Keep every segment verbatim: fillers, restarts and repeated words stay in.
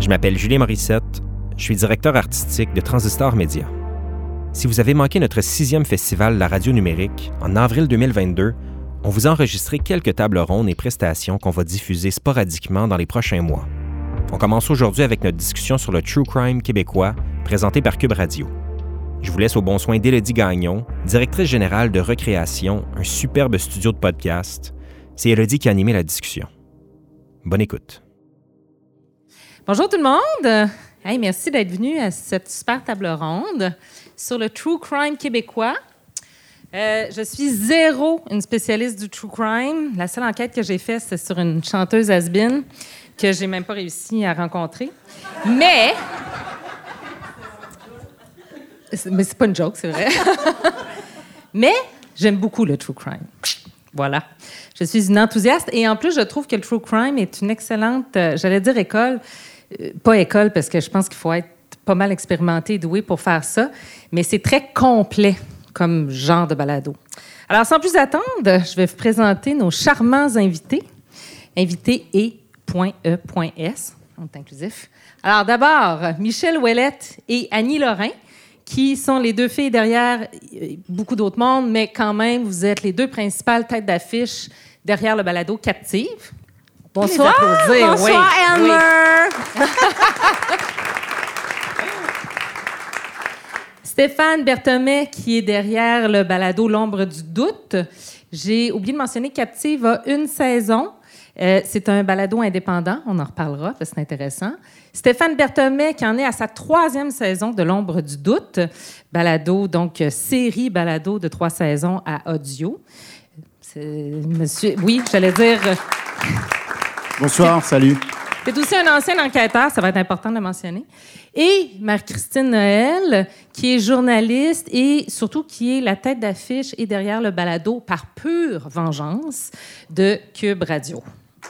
Je m'appelle Julien Morissette, je suis directeur artistique de Transistor Média. Si vous avez manqué notre sixième festival La Radio numérique, en avril deux mille vingt-deux, on vous a enregistré quelques tables rondes et prestations qu'on va diffuser sporadiquement dans les prochains mois. On commence aujourd'hui avec notre discussion sur le True Crime québécois, présenté par Cube Radio. Je vous laisse au bon soin d'Élodie Gagnon, directrice générale de Recréation, un superbe studio de podcast. C'est Élodie qui a animé la discussion. Bonne écoute. Bonjour tout le monde! Hey, merci d'être venu à cette super table ronde sur le True Crime québécois. Euh, je suis zéro une spécialiste du True Crime. La seule enquête que j'ai faite, c'est sur une chanteuse has-been que j'ai même pas réussi à rencontrer. Mais... Mais c'est pas une joke, c'est vrai. Mais j'aime beaucoup le True Crime. Voilà. Je suis une enthousiaste et en plus, je trouve que le True Crime est une excellente, euh, j'allais dire école, euh, pas école parce que je pense qu'il faut être pas mal expérimenté et doué pour faire ça, mais c'est très complet comme genre de balado. Alors, sans plus attendre, je vais vous présenter nos charmants invités. Invités et .e.s, on est inclusif. Alors d'abord, Michel Ouellette et Annie Lorrain, qui sont les deux filles derrière beaucoup d'autres mondes, mais quand même, vous êtes les deux principales têtes d'affiche derrière le balado Captive. Bonsoir! Bonsoir, oui, Elmer! Oui. Stéphane Berthomet, qui est derrière le balado L'ombre du doute. J'ai oublié de mentionner que Captive a une saison. Euh, c'est un balado indépendant, on en reparlera, parce que c'est intéressant. Stéphane Berthomet, qui en est à sa troisième saison de L'ombre du doute, balado, donc série balado de trois saisons à audio. C'est monsieur, oui, j'allais dire... Bonsoir, salut. C'est aussi un ancien enquêteur, ça va être important de le mentionner. Et Marie-Christine Noël, qui est journaliste et surtout qui est la tête d'affiche et derrière le balado Par pure vengeance de Cube Radio.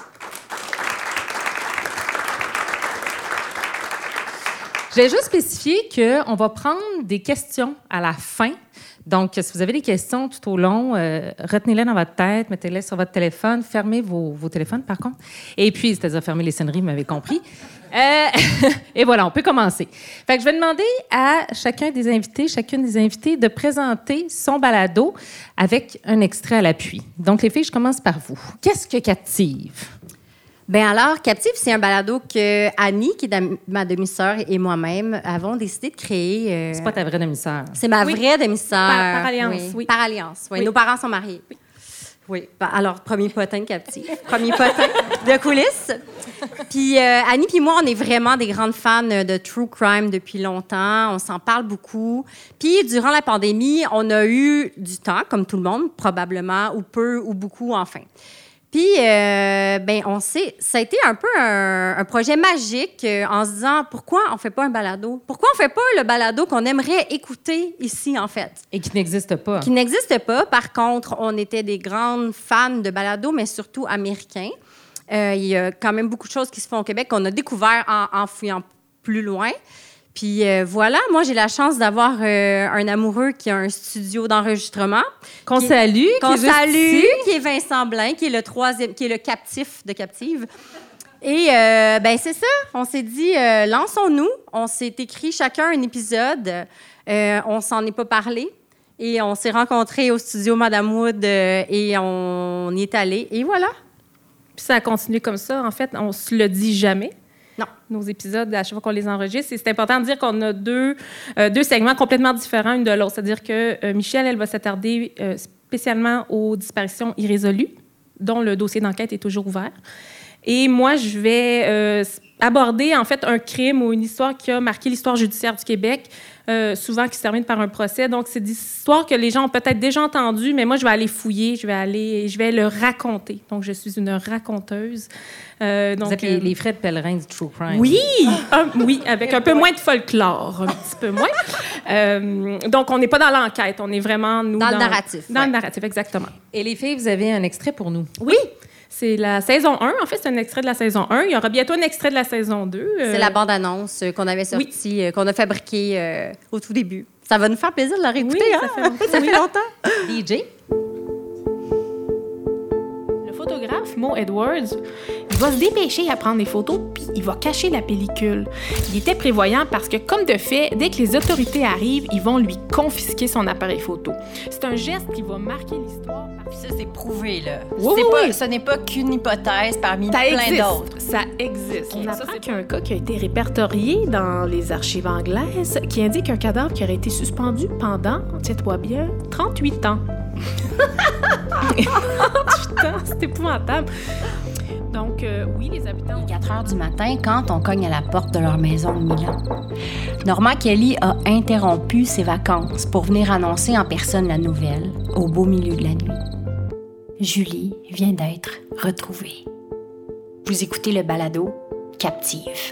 Je vais juste spécifier qu'on va prendre des questions à la fin. Donc, si vous avez des questions tout au long, euh, retenez-les dans votre tête, mettez-les sur votre téléphone, fermez vos, vos téléphones, par contre. Et puis, c'est-à-dire fermez les sonneries, vous m'avez compris. Euh, et voilà, on peut commencer. Fait que je vais demander à chacun des invités, chacune des invités, de présenter son balado avec un extrait à l'appui. Donc, les filles, je commence par vous. Qu'est-ce que Captive? Bien alors, Captive, c'est un balado que Annie, qui est ma demi-sœur, et moi-même avons décidé de créer. Euh... C'est pas ta vraie demi-sœur. C'est ma oui. vraie demi-sœur. Par, par alliance, oui. oui. Par alliance, oui. oui. Nos parents sont mariés. Oui. Oui. Alors, premier potin de Captive. Premier potin de coulisses. Puis euh, Annie puis moi, on est vraiment des grandes fans de True Crime depuis longtemps. On s'en parle beaucoup. Puis, durant la pandémie, on a eu du temps, comme tout le monde, probablement, ou peu, ou beaucoup, enfin. Puis, euh, ben, on sait, ça a été un peu un, un projet magique euh, en se disant pourquoi on fait pas un balado? Pourquoi on fait pas le balado qu'on aimerait écouter ici, en fait? Et qui n'existe pas. Qui n'existe pas. Par contre, on était des grandes fans de balado, mais surtout américains. Euh, il y a quand même beaucoup de choses qui se font au Québec qu'on a découvert en, en fouillant plus loin. Puis euh, voilà, moi, j'ai la chance d'avoir euh, un amoureux qui a un studio d'enregistrement. Qu'on qui, salue. Qu'on qui est salue, ici. qui est Vincent Blain, qui est le troisième, qui est le captif de Captive. Et euh, ben c'est ça, on s'est dit, euh, lançons-nous. On s'est écrit chacun un épisode. Euh, on s'en est pas parlé. Et on s'est rencontrés au studio Madame Wood euh, et on y est allé. Et voilà. Puis ça a continué comme ça. En fait, on se le dit jamais. Non. Nos épisodes, à chaque fois qu'on les enregistre, c'est important de dire qu'on a deux, euh, deux segments complètement différents une de l'autre. C'est-à-dire que euh, Michel, elle va s'attarder euh, spécialement aux disparitions irrésolues, dont le dossier d'enquête est toujours ouvert. Et moi, je vais euh, aborder, en fait, un crime ou une histoire qui a marqué l'histoire judiciaire du Québec, euh, souvent qui se termine par un procès. Donc, c'est des histoires que les gens ont peut-être déjà entendues, mais moi, je vais aller fouiller, je vais aller, je vais le raconter. Donc, je suis une raconteuse. Euh, donc, Vous êtes les, les frais de pèlerin du True Crime. Oui! un, oui, avec un peu moins de folklore, un petit peu moins. Euh, donc, on n'est pas dans l'enquête, on est vraiment, nous, dans, dans le narratif. Dans ouais. le narratif, exactement. Et les filles, vous avez un extrait pour nous? Oui! C'est la saison un. En fait, c'est un extrait de la saison un. Il y aura bientôt un extrait de la saison deux. Euh... C'est la bande-annonce qu'on avait sortie, oui. euh, qu'on a fabriquée euh, au tout début. Ça va nous faire plaisir de la réécouter. Oui, hein? ça fait longtemps. ça fait longtemps. D J? Le photographe Mo Edwards, Il va se dépêcher à prendre des photos, puis il va cacher la pellicule. Il était prévoyant parce que, comme de fait, dès que les autorités arrivent, ils vont lui confisquer son appareil photo. C'est un geste qui va marquer l'histoire. Puis ça, c'est prouvé, là. Oui, c'est oui, pas, oui. Ce n'est pas qu'une hypothèse parmi Ça plein existe. d'autres. Ça existe. On Okay. apprend qu'il y a un cas qui a été répertorié dans les archives anglaises qui indique un cadavre qui aurait été suspendu pendant, tiens-toi bien, trente-huit ans. trente-huit ans, c'est épouvantable. Donc, euh, oui, les habitants... quatre heures du matin, quand on cogne à la porte de leur maison de Milan. Normand Kelly a interrompu ses vacances pour venir annoncer en personne la nouvelle au beau milieu de la nuit. Julie vient d'être retrouvée. Vous écoutez le balado Captive.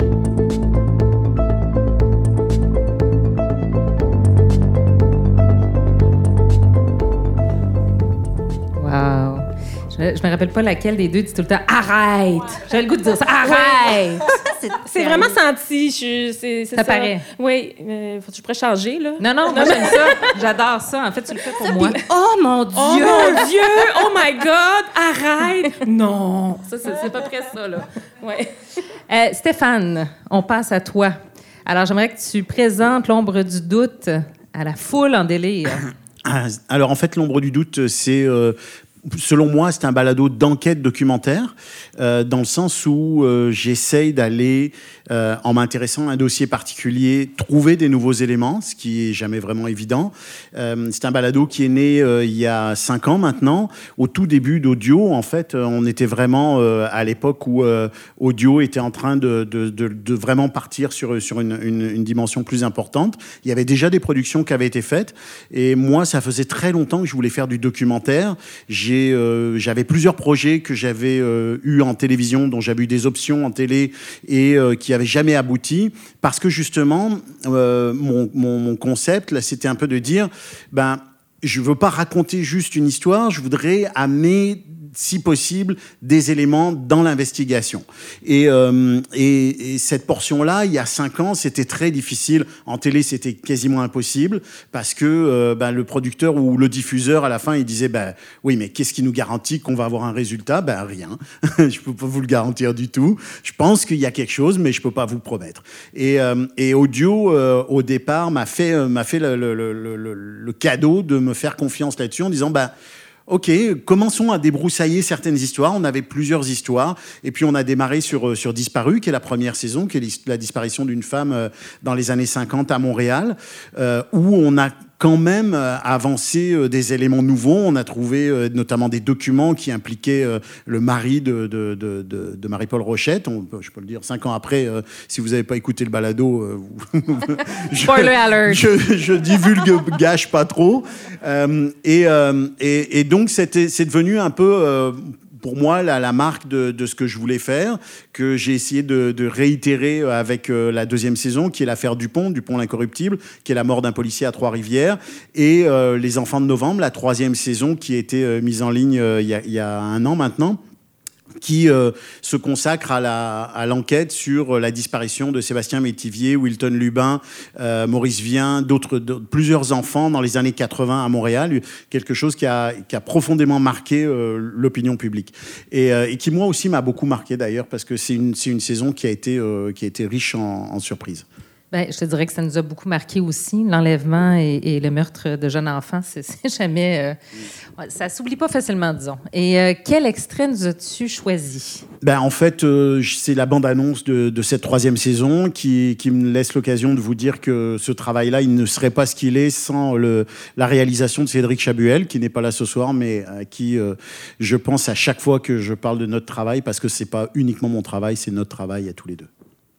Wow. Je, je me rappelle pas laquelle des deux dit tout le temps « Arrête! » J'avais le goût de dire ça. « Arrête! » C'est vraiment senti. Je, c'est, c'est Ça ça paraît. Oui. Euh, faut que je pourrais changer, là. Non, non, moi, j'aime ça. J'adore ça. En fait, tu le fais pour moi. Oh mon Dieu! Oh mon Dieu! Oh my God! Arrête! Non! Ça, c'est, c'est pas près ça, là. Ouais. Euh, Stéphane, on passe à toi. Alors, j'aimerais que tu présentes l'ombre du doute à la foule en délire. Alors, en fait, l'ombre du doute, c'est... Euh, selon moi, c'est un balado d'enquête documentaire, euh, dans le sens où euh, j'essaye d'aller, euh, en m'intéressant à un dossier particulier, trouver des nouveaux éléments, ce qui est jamais vraiment évident. Euh, c'est un balado qui est né euh, il y a cinq ans maintenant. Au tout début d'Audio, en fait, on était vraiment euh, à l'époque où euh, Audio était en train de, de, de, de vraiment partir sur, sur une, une, une dimension plus importante. Il y avait déjà des productions qui avaient été faites. Et moi, ça faisait très longtemps que je voulais faire du documentaire. J'ai Euh, j'avais plusieurs projets que j'avais euh, eus en télévision, dont j'avais eu des options en télé et euh, qui n'avaient jamais abouti, parce que justement, euh, mon, mon, mon concept, là, c'était un peu de dire, ben, je ne veux pas raconter juste une histoire, je voudrais amener, si possible, des éléments dans l'investigation. Et, euh, et, et cette portion-là, il y a cinq ans, c'était très difficile. En télé, c'était quasiment impossible parce que euh, ben, le producteur ou le diffuseur, à la fin, il disait ben, « Oui, mais qu'est-ce qui nous garantit qu'on va avoir un résultat ?» Ben rien. Je ne peux pas vous le garantir du tout. Je pense qu'il y a quelque chose, mais je ne peux pas vous le promettre. Et, euh, et Audio, euh, au départ, m'a fait, euh, m'a fait le, le, le, le, le cadeau de me faire confiance là-dessus en disant ben, « OK, commençons à débroussailler certaines histoires. On avait plusieurs histoires. Et puis, on a démarré sur, sur Disparu, qui est la première saison, qui est la disparition d'une femme dans les années cinquante à Montréal, euh, où on a quand même avancé des éléments nouveaux. On a trouvé notamment des documents qui impliquaient le mari de, de, de, de, de Marie-Paul Rochette. On, je peux le dire, cinq ans après, si vous n'avez pas écouté le balado, je, Spoiler alert. Je, je divulgue, gâche pas trop. Euh, et, euh, et, et donc, c'était, c'est devenu un peu... Euh, pour moi, la, la marque de, de ce que je voulais faire, que j'ai essayé de, de réitérer avec euh, la deuxième saison, qui est l'affaire Dupont, Dupont l'incorruptible, qui est la mort d'un policier à Trois-Rivières, et euh, Les Enfants de Novembre, la troisième saison, qui a été euh, mise en ligne euh, il y a, il y a un an maintenant, qui euh, se consacre à, la, à l'enquête sur la disparition de Sébastien Métivier, Wilton Lubin, euh, Maurice Vien, d'autres, d'autres, plusieurs enfants dans les années quatre-vingts à Montréal, quelque chose qui a, qui a profondément marqué euh, l'opinion publique. Et, euh, et qui, moi aussi, m'a beaucoup marqué d'ailleurs, parce que c'est une, c'est une saison qui a été, euh, qui a été riche en, en surprises. Ben, je te dirais que ça nous a beaucoup marqué aussi, l'enlèvement et, et le meurtre de jeunes enfants. C'est, c'est jamais... Euh, ouais, ça s'oublie pas facilement, disons. Et euh, quel extrait nous as-tu choisi? Ben, en fait, euh, c'est la bande-annonce de, de cette troisième saison qui, qui me laisse l'occasion de vous dire que ce travail-là, il ne serait pas ce qu'il est sans le, la réalisation de Cédric Chabuel, qui n'est pas là ce soir, mais à qui euh, je pense à chaque fois que je parle de notre travail, parce que c'est pas uniquement mon travail, c'est notre travail à tous les deux.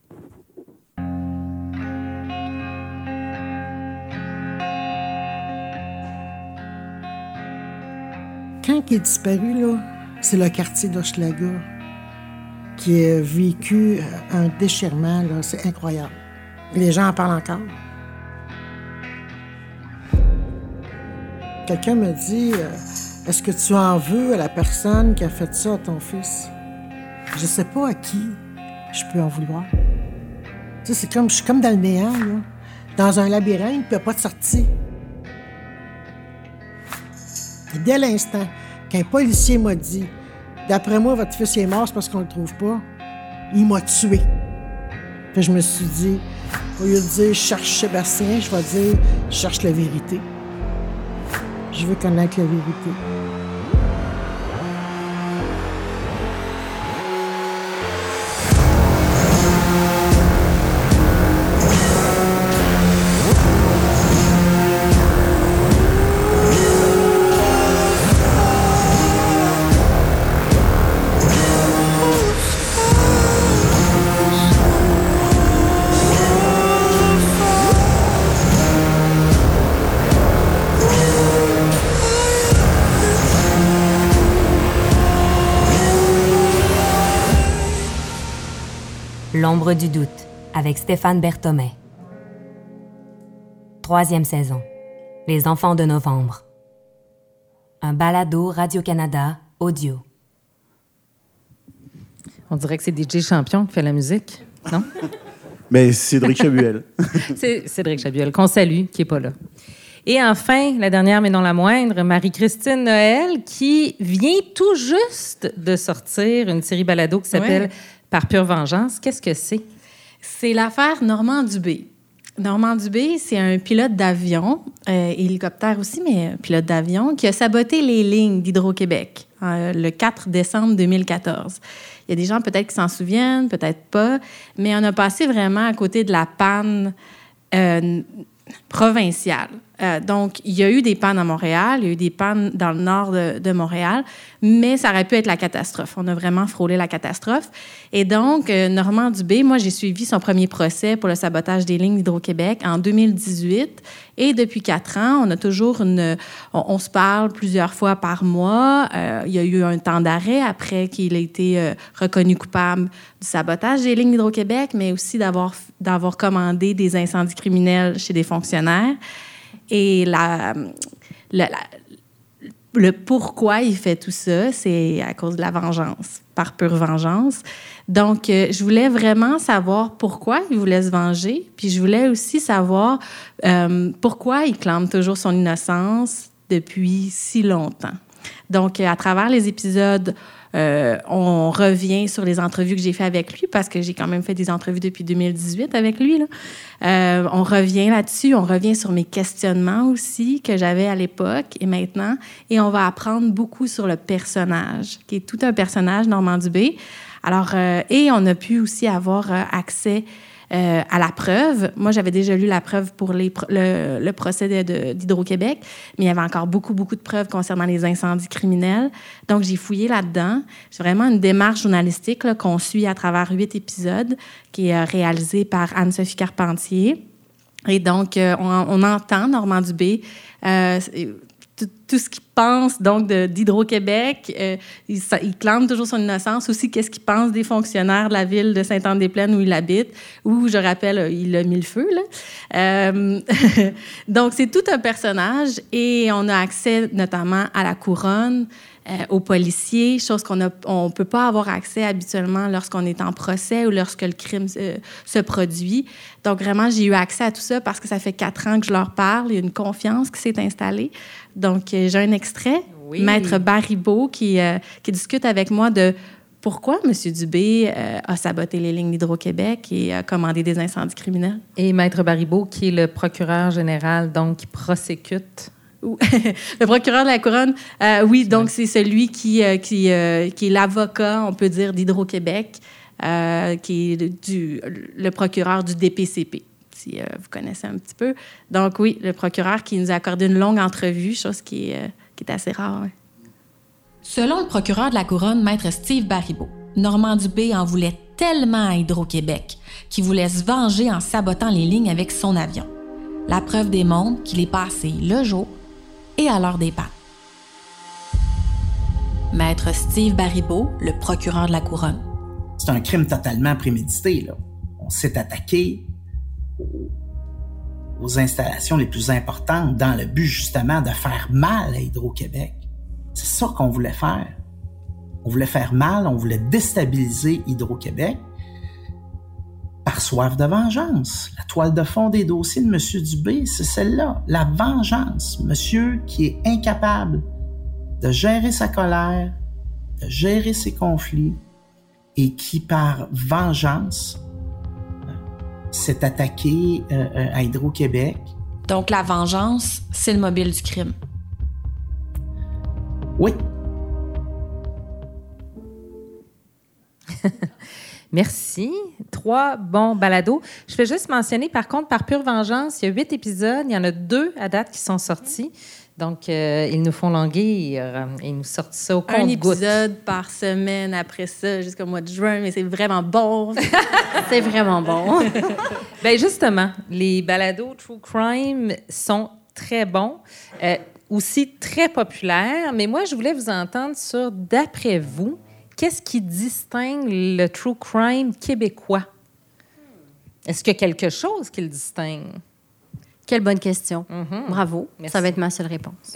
Quand il est disparu, là, c'est le quartier d'Hochelaga qui a vécu un déchirement, là, c'est incroyable. Les gens en parlent encore. Quelqu'un me dit euh, « Est-ce que tu en veux à la personne qui a fait ça à ton fils? » Je sais pas à qui je peux en vouloir. Tu sais, c'est comme, je suis comme dans le néant, là, dans un labyrinthe, puis il n'y a pas de sortie. Et dès l'instant qu'un policier m'a dit D'après moi, votre fils est mort, c'est parce qu'on le trouve pas. Il m'a tué. Puis je me suis dit, au lieu de dire « je cherche Sébastien », je vais dire « je cherche la vérité ». Je veux connaître la vérité. L'ombre du doute, avec Stéphane Berthomé. Troisième saison. Les enfants de novembre. Un balado Radio-Canada audio. On dirait que c'est D J Champion qui fait la musique, non? Mais Cédric Chabuel. C'est Cédric Chabuel, qu'on salue, qui n'est pas là. Et enfin, la dernière, mais non la moindre, Marie-Christine Noël, qui vient tout juste de sortir une série balado qui s'appelle ouais. Par pure vengeance. Qu'est-ce que c'est? C'est l'affaire Normand Dubé. Normand Dubé, c'est un pilote d'avion, euh, hélicoptère aussi, mais un pilote d'avion, qui a saboté les lignes d'Hydro-Québec euh, le quatre décembre deux mille quatorze. Il y a des gens peut-être qui s'en souviennent, peut-être pas, mais on a passé vraiment à côté de la panne euh, provinciale. Euh, donc, il y a eu des pannes à Montréal, il y a eu des pannes dans le nord de, de Montréal, mais ça aurait pu être la catastrophe. On a vraiment frôlé la catastrophe. Et donc, euh, Normand Dubé, moi, j'ai suivi son premier procès pour le sabotage des lignes d'Hydro-Québec en deux mille dix-huit. Et depuis quatre ans, on a toujours une... On, on se parle plusieurs fois par mois. Euh, il y a eu un temps d'arrêt après qu'il ait été euh, reconnu coupable du sabotage des lignes d'Hydro-Québec, mais aussi d'avoir, d'avoir commandé des incendies criminels chez des fonctionnaires. Et la, la, la, le pourquoi il fait tout ça, c'est à cause de la vengeance, par pure vengeance. Donc, euh, je voulais vraiment savoir pourquoi il voulait se venger, puis je voulais aussi savoir euh, pourquoi il clame toujours son innocence depuis si longtemps. Donc, à travers les épisodes, euh, on revient sur les entrevues que j'ai faites avec lui, parce que j'ai quand même fait des entrevues depuis deux mille dix-huit avec lui, là. Euh, on revient là-dessus, on revient sur mes questionnements aussi que j'avais à l'époque et maintenant, et on va apprendre beaucoup sur le personnage, qui est tout un personnage, Normand Dubé. Alors, euh, et on a pu aussi avoir euh, accès Euh, à la preuve. Moi, j'avais déjà lu la preuve pour les, le, le procès de, de, d'Hydro-Québec, mais il y avait encore beaucoup, beaucoup de preuves concernant les incendies criminels. Donc, j'ai fouillé là-dedans. C'est vraiment une démarche journalistique là, qu'on suit à travers huit épisodes, qui est euh, réalisée par Anne-Sophie Carpentier. Et donc, euh, on, on entend Normand Dubé, euh, tout, tout ce qu'il pense donc de, d'Hydro-Québec. Euh, il, il clame toujours son innocence. Aussi, qu'est-ce qu'il pense des fonctionnaires de la ville de Sainte-Anne-des-Plaines où il habite, où, je rappelle, il a mis le feu. Là. Euh, donc, c'est tout un personnage et on a accès notamment à la couronne, euh, aux policiers, chose qu'on ne on peut pas avoir accès habituellement lorsqu'on est en procès ou lorsque le crime euh, se produit. Donc, vraiment, j'ai eu accès à tout ça parce que ça fait quatre ans que je leur parle. Il y a une confiance qui s'est installée. Donc, euh, j'ai un extrait, oui. Maître Baribeau, qui, euh, qui discute avec moi de pourquoi M. Dubé euh, a saboté les lignes d'Hydro-Québec et a commandé des incendies criminels. Et Maître Baribeau, qui est le procureur général, donc, qui prosécute. Le procureur de la Couronne, euh, oui, donc c'est celui qui, euh, qui, euh, qui est l'avocat, on peut dire, d'Hydro-Québec, euh, qui est du, le procureur du D P C P. Si euh, vous connaissez un petit peu. Donc oui, le procureur qui nous a accordé une longue entrevue, chose qui est, euh, qui est assez rare. Ouais. Selon le procureur de la Couronne, Maître Steve Baribeau, Normand Dubé en voulait tellement à Hydro-Québec qu'il voulait se venger en sabotant les lignes avec son avion. La preuve démontre qu'il est passé le jour et à l'heure des pannes. Maître Steve Baribeau, le procureur de la Couronne. C'est un crime totalement prémédité, là. On s'est attaqué aux installations les plus importantes dans le but justement de faire mal à Hydro-Québec. C'est ça qu'on voulait faire. On voulait faire mal, on voulait déstabiliser Hydro-Québec par soif de vengeance. La toile de fond des dossiers de M. Dubé, c'est celle-là, la vengeance. Monsieur qui est incapable de gérer sa colère de gérer ses conflits et qui, par vengeance, euh, s'est attaqué euh, euh, à Hydro-Québec. Donc, la vengeance, c'est le mobile du crime. Oui. Merci. Trois bons balados. Je vais juste mentionner, par contre, par pure vengeance, il y a huit épisodes. Il y en a deux à date qui sont sortis. Donc, euh, ils nous font languir. Ils nous sortent ça au compte-gouttes. Un épisode par semaine après ça, jusqu'au mois de juin, mais c'est vraiment bon. C'est vraiment bon. Bien, justement, les balados True Crime sont très bons, euh, aussi très populaires. Mais moi, je voulais vous entendre sur, d'après vous, qu'est-ce qui distingue le True Crime québécois? Est-ce qu'il y a quelque chose qui le distingue? Quelle bonne question. Mm-hmm. Bravo. Merci. Ça va être ma seule réponse.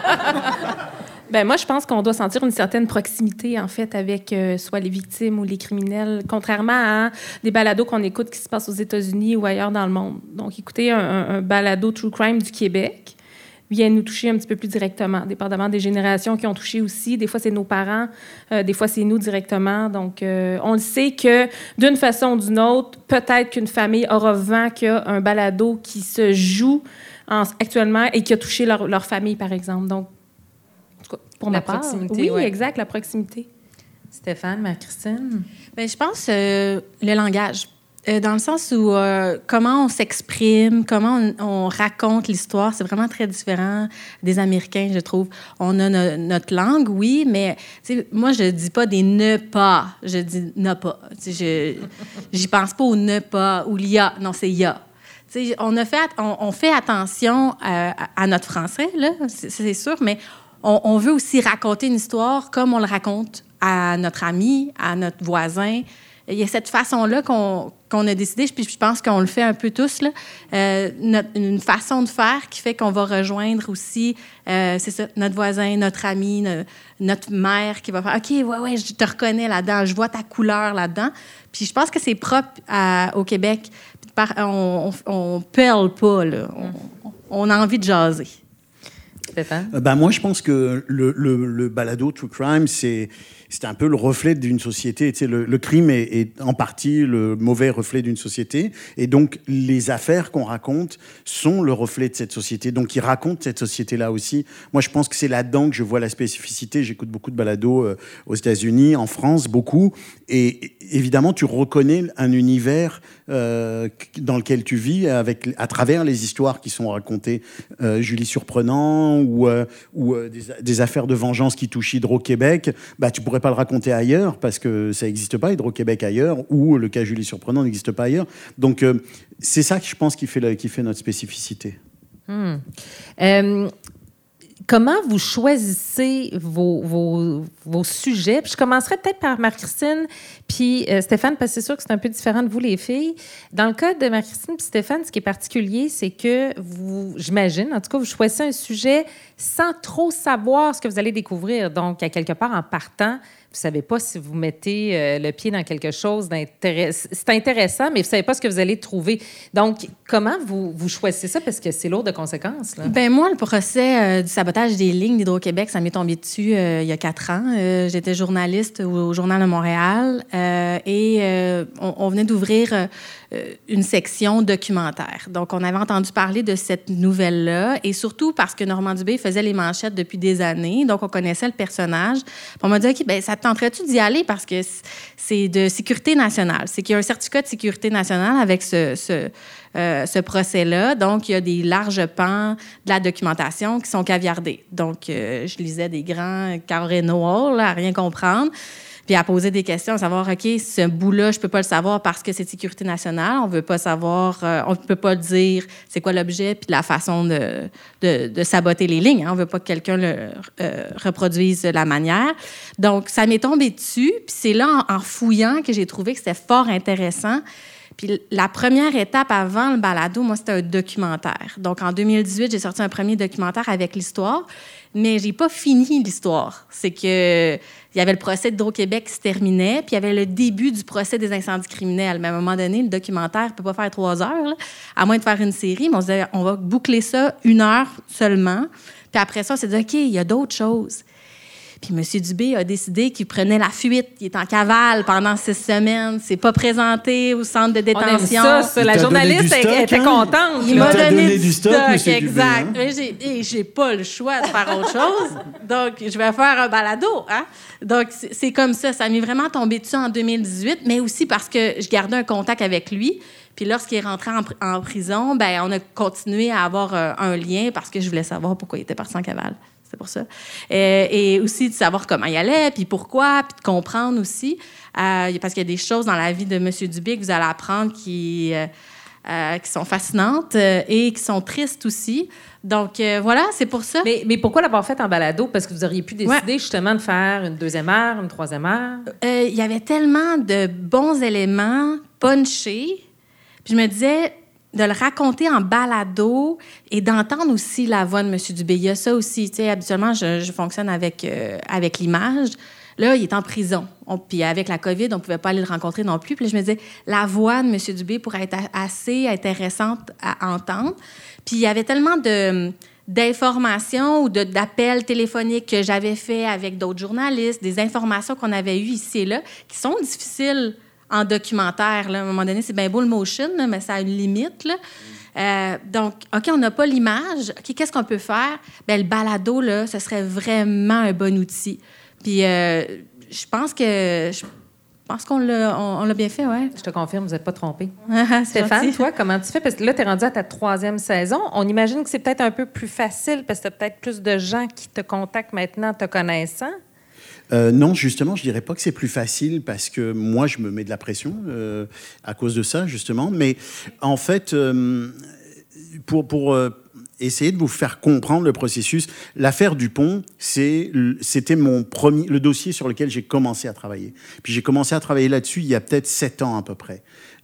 Ben moi, je pense qu'on doit sentir une certaine proximité, en fait, avec euh, soit les victimes ou les criminels, contrairement à des balados qu'on écoute qui se passent aux États-Unis ou ailleurs dans le monde. Donc, écouter un, un, un balado True Crime du Québec vient nous toucher un petit peu plus directement, dépendamment des générations qui ont touché aussi. Des fois, c'est nos parents, euh, des fois, c'est nous directement. Donc, euh, on le sait que, d'une façon ou d'une autre, peut-être qu'une famille aura vent qu'il y a un balado qui se joue en, actuellement et qui a touché leur, leur famille, par exemple. Donc, en tout cas, pour La ma part, proximité, oui, ouais. exact, la proximité. Stéphane, Marie-Christine? Bien, je pense euh, le langage. Euh, dans le sens où euh, comment on s'exprime, comment on, on raconte l'histoire, c'est vraiment très différent des Américains, je trouve. On a no- notre langue, oui, mais moi, je dis pas des ne pas, je dis ne pas. Je j'y pense pas au ne pas ou l'y a. Non, c'est y a. T'sais, on, a fait, on, on fait attention à, à notre français, là, c'est, c'est sûr, mais on, on veut aussi raconter une histoire comme on le raconte à notre ami, à notre voisin. Il y a cette façon-là qu'on, qu'on a décidé, puis je pense qu'on le fait un peu tous, là, euh, notre, une façon de faire qui fait qu'on va rejoindre aussi, euh, c'est ça, notre voisin, notre ami, no, notre mère qui va faire « OK, ouais, ouais, je te reconnais là-dedans, je vois ta couleur là-dedans. » Puis je pense que c'est propre à, au Québec. Par, on on, on perle pas, là. On, on a envie de jaser. Stéphane? Euh, ben moi, je pense que le, le, le balado True Crime, c'est... c'est un peu le reflet d'une société. Tu sais, le, le crime est, est en partie le mauvais reflet d'une société. Et donc, les affaires qu'on raconte sont le reflet de cette société. Donc, ils racontent cette société-là aussi. Moi, je pense que c'est là-dedans que je vois la spécificité. J'écoute beaucoup de balados euh, aux États-Unis, en France, beaucoup. Et évidemment, tu reconnais un univers euh, dans lequel tu vis avec, à travers les histoires qui sont racontées. Euh, Julie Surprenant ou, euh, ou euh, des, des affaires de vengeance qui touchent Hydro-Québec. Bah, tu pourrais pas le raconter ailleurs parce que ça n'existe pas, Hydro-Québec ailleurs, ou le cas Julie Surprenant n'existe pas ailleurs. Donc, euh, c'est ça que je pense qui fait, la, qui fait notre spécificité. Hmm. Euh, comment vous choisissez vos, vos, vos sujets? Puis je commencerai peut-être par Marie-Christine puis euh, Stéphane, parce que c'est sûr que c'est un peu différent de vous, les filles. Dans le cas de Marie-Christine puis Stéphane, ce qui est particulier, c'est que vous, j'imagine, en tout cas, vous choisissez un sujet sans trop savoir ce que vous allez découvrir. Donc, à quelque part, en partant, vous ne savez pas si vous mettez euh, le pied dans quelque chose d'intéressant. C'est intéressant, mais vous ne savez pas ce que vous allez trouver. Donc, comment vous, vous choisissez ça? Parce que c'est lourd de conséquences. Là. Ben moi, le procès euh, du sabotage des lignes d'Hydro-Québec, ça m'est tombé dessus euh, il y a quatre ans. Euh, j'étais journaliste au, au Journal de Montréal euh, et euh, on, on venait d'ouvrir euh, une section documentaire. Donc, on avait entendu parler de cette nouvelle-là et surtout parce que Normand Dubé faisait les manchettes depuis des années. Donc, on connaissait le personnage. Puis on m'a dit, OK, ben ça tenterais-tu d'y aller parce que c'est de sécurité nationale. C'est qu'il y a un certificat de sécurité nationale avec ce, ce, euh, ce procès-là. Donc, il y a des larges pans de la documentation qui sont caviardés. Donc, euh, je lisais des grands carrés noirs, là, à rien comprendre. Puis à poser des questions, à savoir, OK, ce bout-là, je peux pas le savoir parce que c'est de sécurité nationale. On veut pas savoir, euh, on peut pas dire c'est quoi l'objet puis la façon de, de, de saboter les lignes. Hein. On veut pas que quelqu'un le euh, reproduise la manière. Donc, ça m'est tombé dessus. Puis c'est là, en, en fouillant, que j'ai trouvé que c'était fort intéressant. Puis la première étape avant le balado, moi, c'était un documentaire. Donc, en deux mille dix-huit, j'ai sorti un premier documentaire avec l'histoire, mais j'ai pas fini l'histoire. C'est que il y avait le procès d'Hydro-Québec qui se terminait, puis il y avait le début du procès des incendies criminels. Mais à un moment donné, le documentaire ne peut pas faire trois heures, là, à moins de faire une série. Mais on se disait, on va boucler ça une heure seulement. Puis après ça, on s'est dit, OK, il y a d'autres choses. Puis M. Dubé a décidé qu'il prenait la fuite. Il est en cavale pendant six semaines. C'est pas présenté au centre de détention. On aime ça, ça. La journaliste stock, était hein? contente. Il m'a donné, donné du, du stock, stock, stock exact. Dubé, hein? j'ai, et j'ai pas le choix de faire autre chose. Donc, je vais faire un balado. Hein? Donc, c'est, c'est comme ça. Ça m'est vraiment tombé dessus en deux mille dix-huit, mais aussi parce que je gardais un contact avec lui. Puis lorsqu'il est rentré en, en prison, ben on a continué à avoir euh, un lien parce que je voulais savoir pourquoi il était parti en cavale. C'est pour ça. Euh, et aussi de savoir comment il allait, puis pourquoi, puis de comprendre aussi. Euh, parce qu'il y a des choses dans la vie de M. Dubé que vous allez apprendre qui, euh, euh, qui sont fascinantes euh, et qui sont tristes aussi. Donc, euh, voilà, c'est pour ça. Mais, mais pourquoi l'avoir fait en balado? Parce que vous auriez pu décider ouais. justement de faire une deuxième heure, une troisième heure. Euh, il y avait tellement de bons éléments punchés. Puis je me disais, de le raconter en balado et d'entendre aussi la voix de M. Dubé. Il y a ça aussi. Tu sais, habituellement, je, je fonctionne avec, euh, avec l'image. Là, il est en prison. On, puis avec la COVID, on ne pouvait pas aller le rencontrer non plus. Puis là, je me disais, la voix de M. Dubé pourrait être assez intéressante à entendre. Puis il y avait tellement de, d'informations ou de, d'appels téléphoniques que j'avais fait avec d'autres journalistes, des informations qu'on avait eues ici et là, qui sont difficiles en documentaire. Là. À un moment donné, c'est bien beau le motion, là, mais ça a une limite. Là. Euh, donc, OK, on n'a pas l'image. OK, qu'est-ce qu'on peut faire? Bien, le balado, là, ce serait vraiment un bon outil. Puis, euh, je pense que... Je pense qu'on l'a, on, on l'a bien fait, oui. Je te confirme, vous n'êtes pas trompé. Stéphane, gentil. Toi, comment tu fais? Parce que là, tu es rendu à ta troisième saison. On imagine que c'est peut-être un peu plus facile parce que tu as peut-être plus de gens qui te contactent maintenant te connaissant. Euh, non, justement, je dirais pas que c'est plus facile parce que moi, je me mets de la pression euh, à cause de ça, justement. Mais en fait, euh, pour, pour euh, essayer de vous faire comprendre le processus, l'affaire Dupont, c'est, c'était mon premier, le dossier sur lequel j'ai commencé à travailler. Puis j'ai commencé à travailler là-dessus il y a peut-être sept ans à peu près.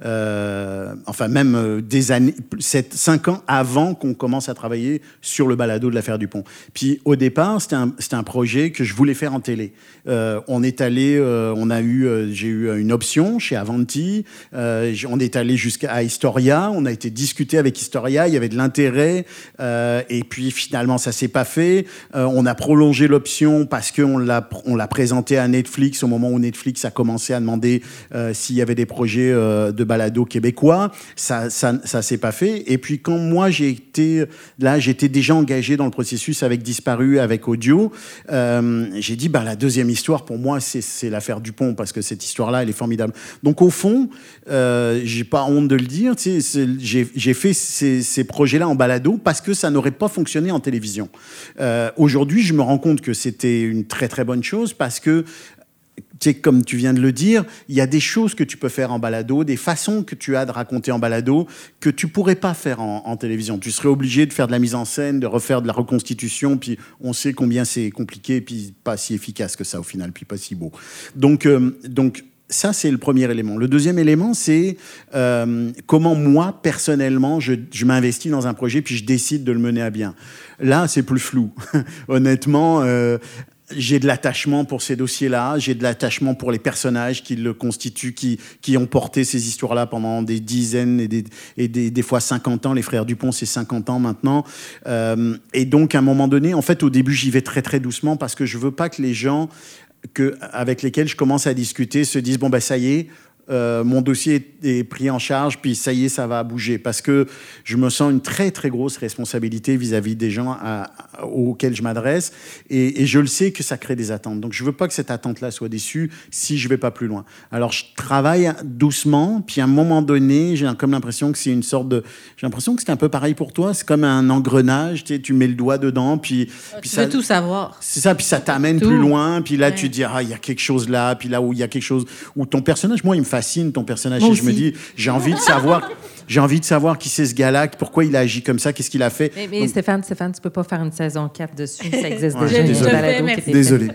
Euh, enfin, même euh, des années, sept, cinq ans avant qu'on commence à travailler sur le balado de l'affaire Dupont. Puis au départ, c'était un, c'était un projet que je voulais faire en télé. Euh, on est allé, euh, on a eu, euh, j'ai eu une option chez Avanti. Euh, on est allé jusqu'à Historia. On a été discuté avec Historia. Il y avait de l'intérêt. Euh, et puis finalement, ça s'est pas fait. Euh, on a prolongé l'option parce qu'on l'a, on l'a présenté à Netflix au moment où Netflix a commencé à demander euh, s'il y avait des projets euh, de balado québécois. Ça, ça, ça s'est pas fait. Et puis quand moi j'ai été là, j'étais déjà engagé dans le processus avec Disparu, avec Audio. Euh, j'ai dit, bah la deuxième histoire pour moi, c'est, c'est l'affaire Dupont parce que cette histoire-là, elle est formidable. Donc au fond, euh, j'ai pas honte de le dire. Tu sais, c'est, j'ai, j'ai fait ces, ces projets-là en balado parce que ça n'aurait pas fonctionné en télévision. Euh, aujourd'hui, je me rends compte que c'était une très très bonne chose parce que tu sais, comme tu viens de le dire, il y a des choses que tu peux faire en balado, des façons que tu as de raconter en balado que tu pourrais pas faire en, en télévision. Tu serais obligé de faire de la mise en scène, de refaire de la reconstitution, puis on sait combien c'est compliqué, puis pas si efficace que ça au final, puis pas si beau. Donc, euh, donc ça, c'est le premier élément. Le deuxième élément, c'est euh, comment moi, personnellement, je, je m'investis dans un projet, puis je décide de le mener à bien. Là, c'est plus flou. Honnêtement... Euh, J'ai de l'attachement pour ces dossiers-là, j'ai de l'attachement pour les personnages qui le constituent, qui, qui ont porté ces histoires-là pendant des dizaines et des, et des, des fois cinquante ans. Les frères Dupont, c'est cinquante ans maintenant. Euh, et donc, à un moment donné, en fait, au début, j'y vais très, très doucement parce que je veux pas que les gens que, avec lesquels je commence à discuter se disent « bon, ben ça y est ». Euh, mon dossier est pris en charge, puis ça y est, ça va bouger. Parce que je me sens une très, très grosse responsabilité vis-à-vis des gens à, à, auxquels je m'adresse. Et, et je le sais que ça crée des attentes. Donc, je veux pas que cette attente-là soit déçue si je vais pas plus loin. Alors, je travaille doucement, puis à un moment donné, j'ai comme l'impression que c'est une sorte de... J'ai l'impression que c'est un peu pareil pour toi. C'est comme un engrenage, tu sais, tu mets le doigt dedans, puis... puis tu ça, veux tout savoir. C'est ça, puis ça t'amène tout. plus loin, puis là, ouais. tu te dis, ah, il y a quelque chose là, puis là où il y a quelque chose... Où ton personnage, moi, il me fascine, ton personnage. Moi et je aussi. me dis, j'ai envie de savoir, j'ai envie de savoir qui c'est ce gars-là, pourquoi il a agi comme ça, qu'est-ce qu'il a fait. Mais, mais Donc, Stéphane, Stéphane, tu peux pas faire une saison quatre dessus. Ça existe Ouais, déjà. désolé. Il y a un balado qui a été fait. Désolé.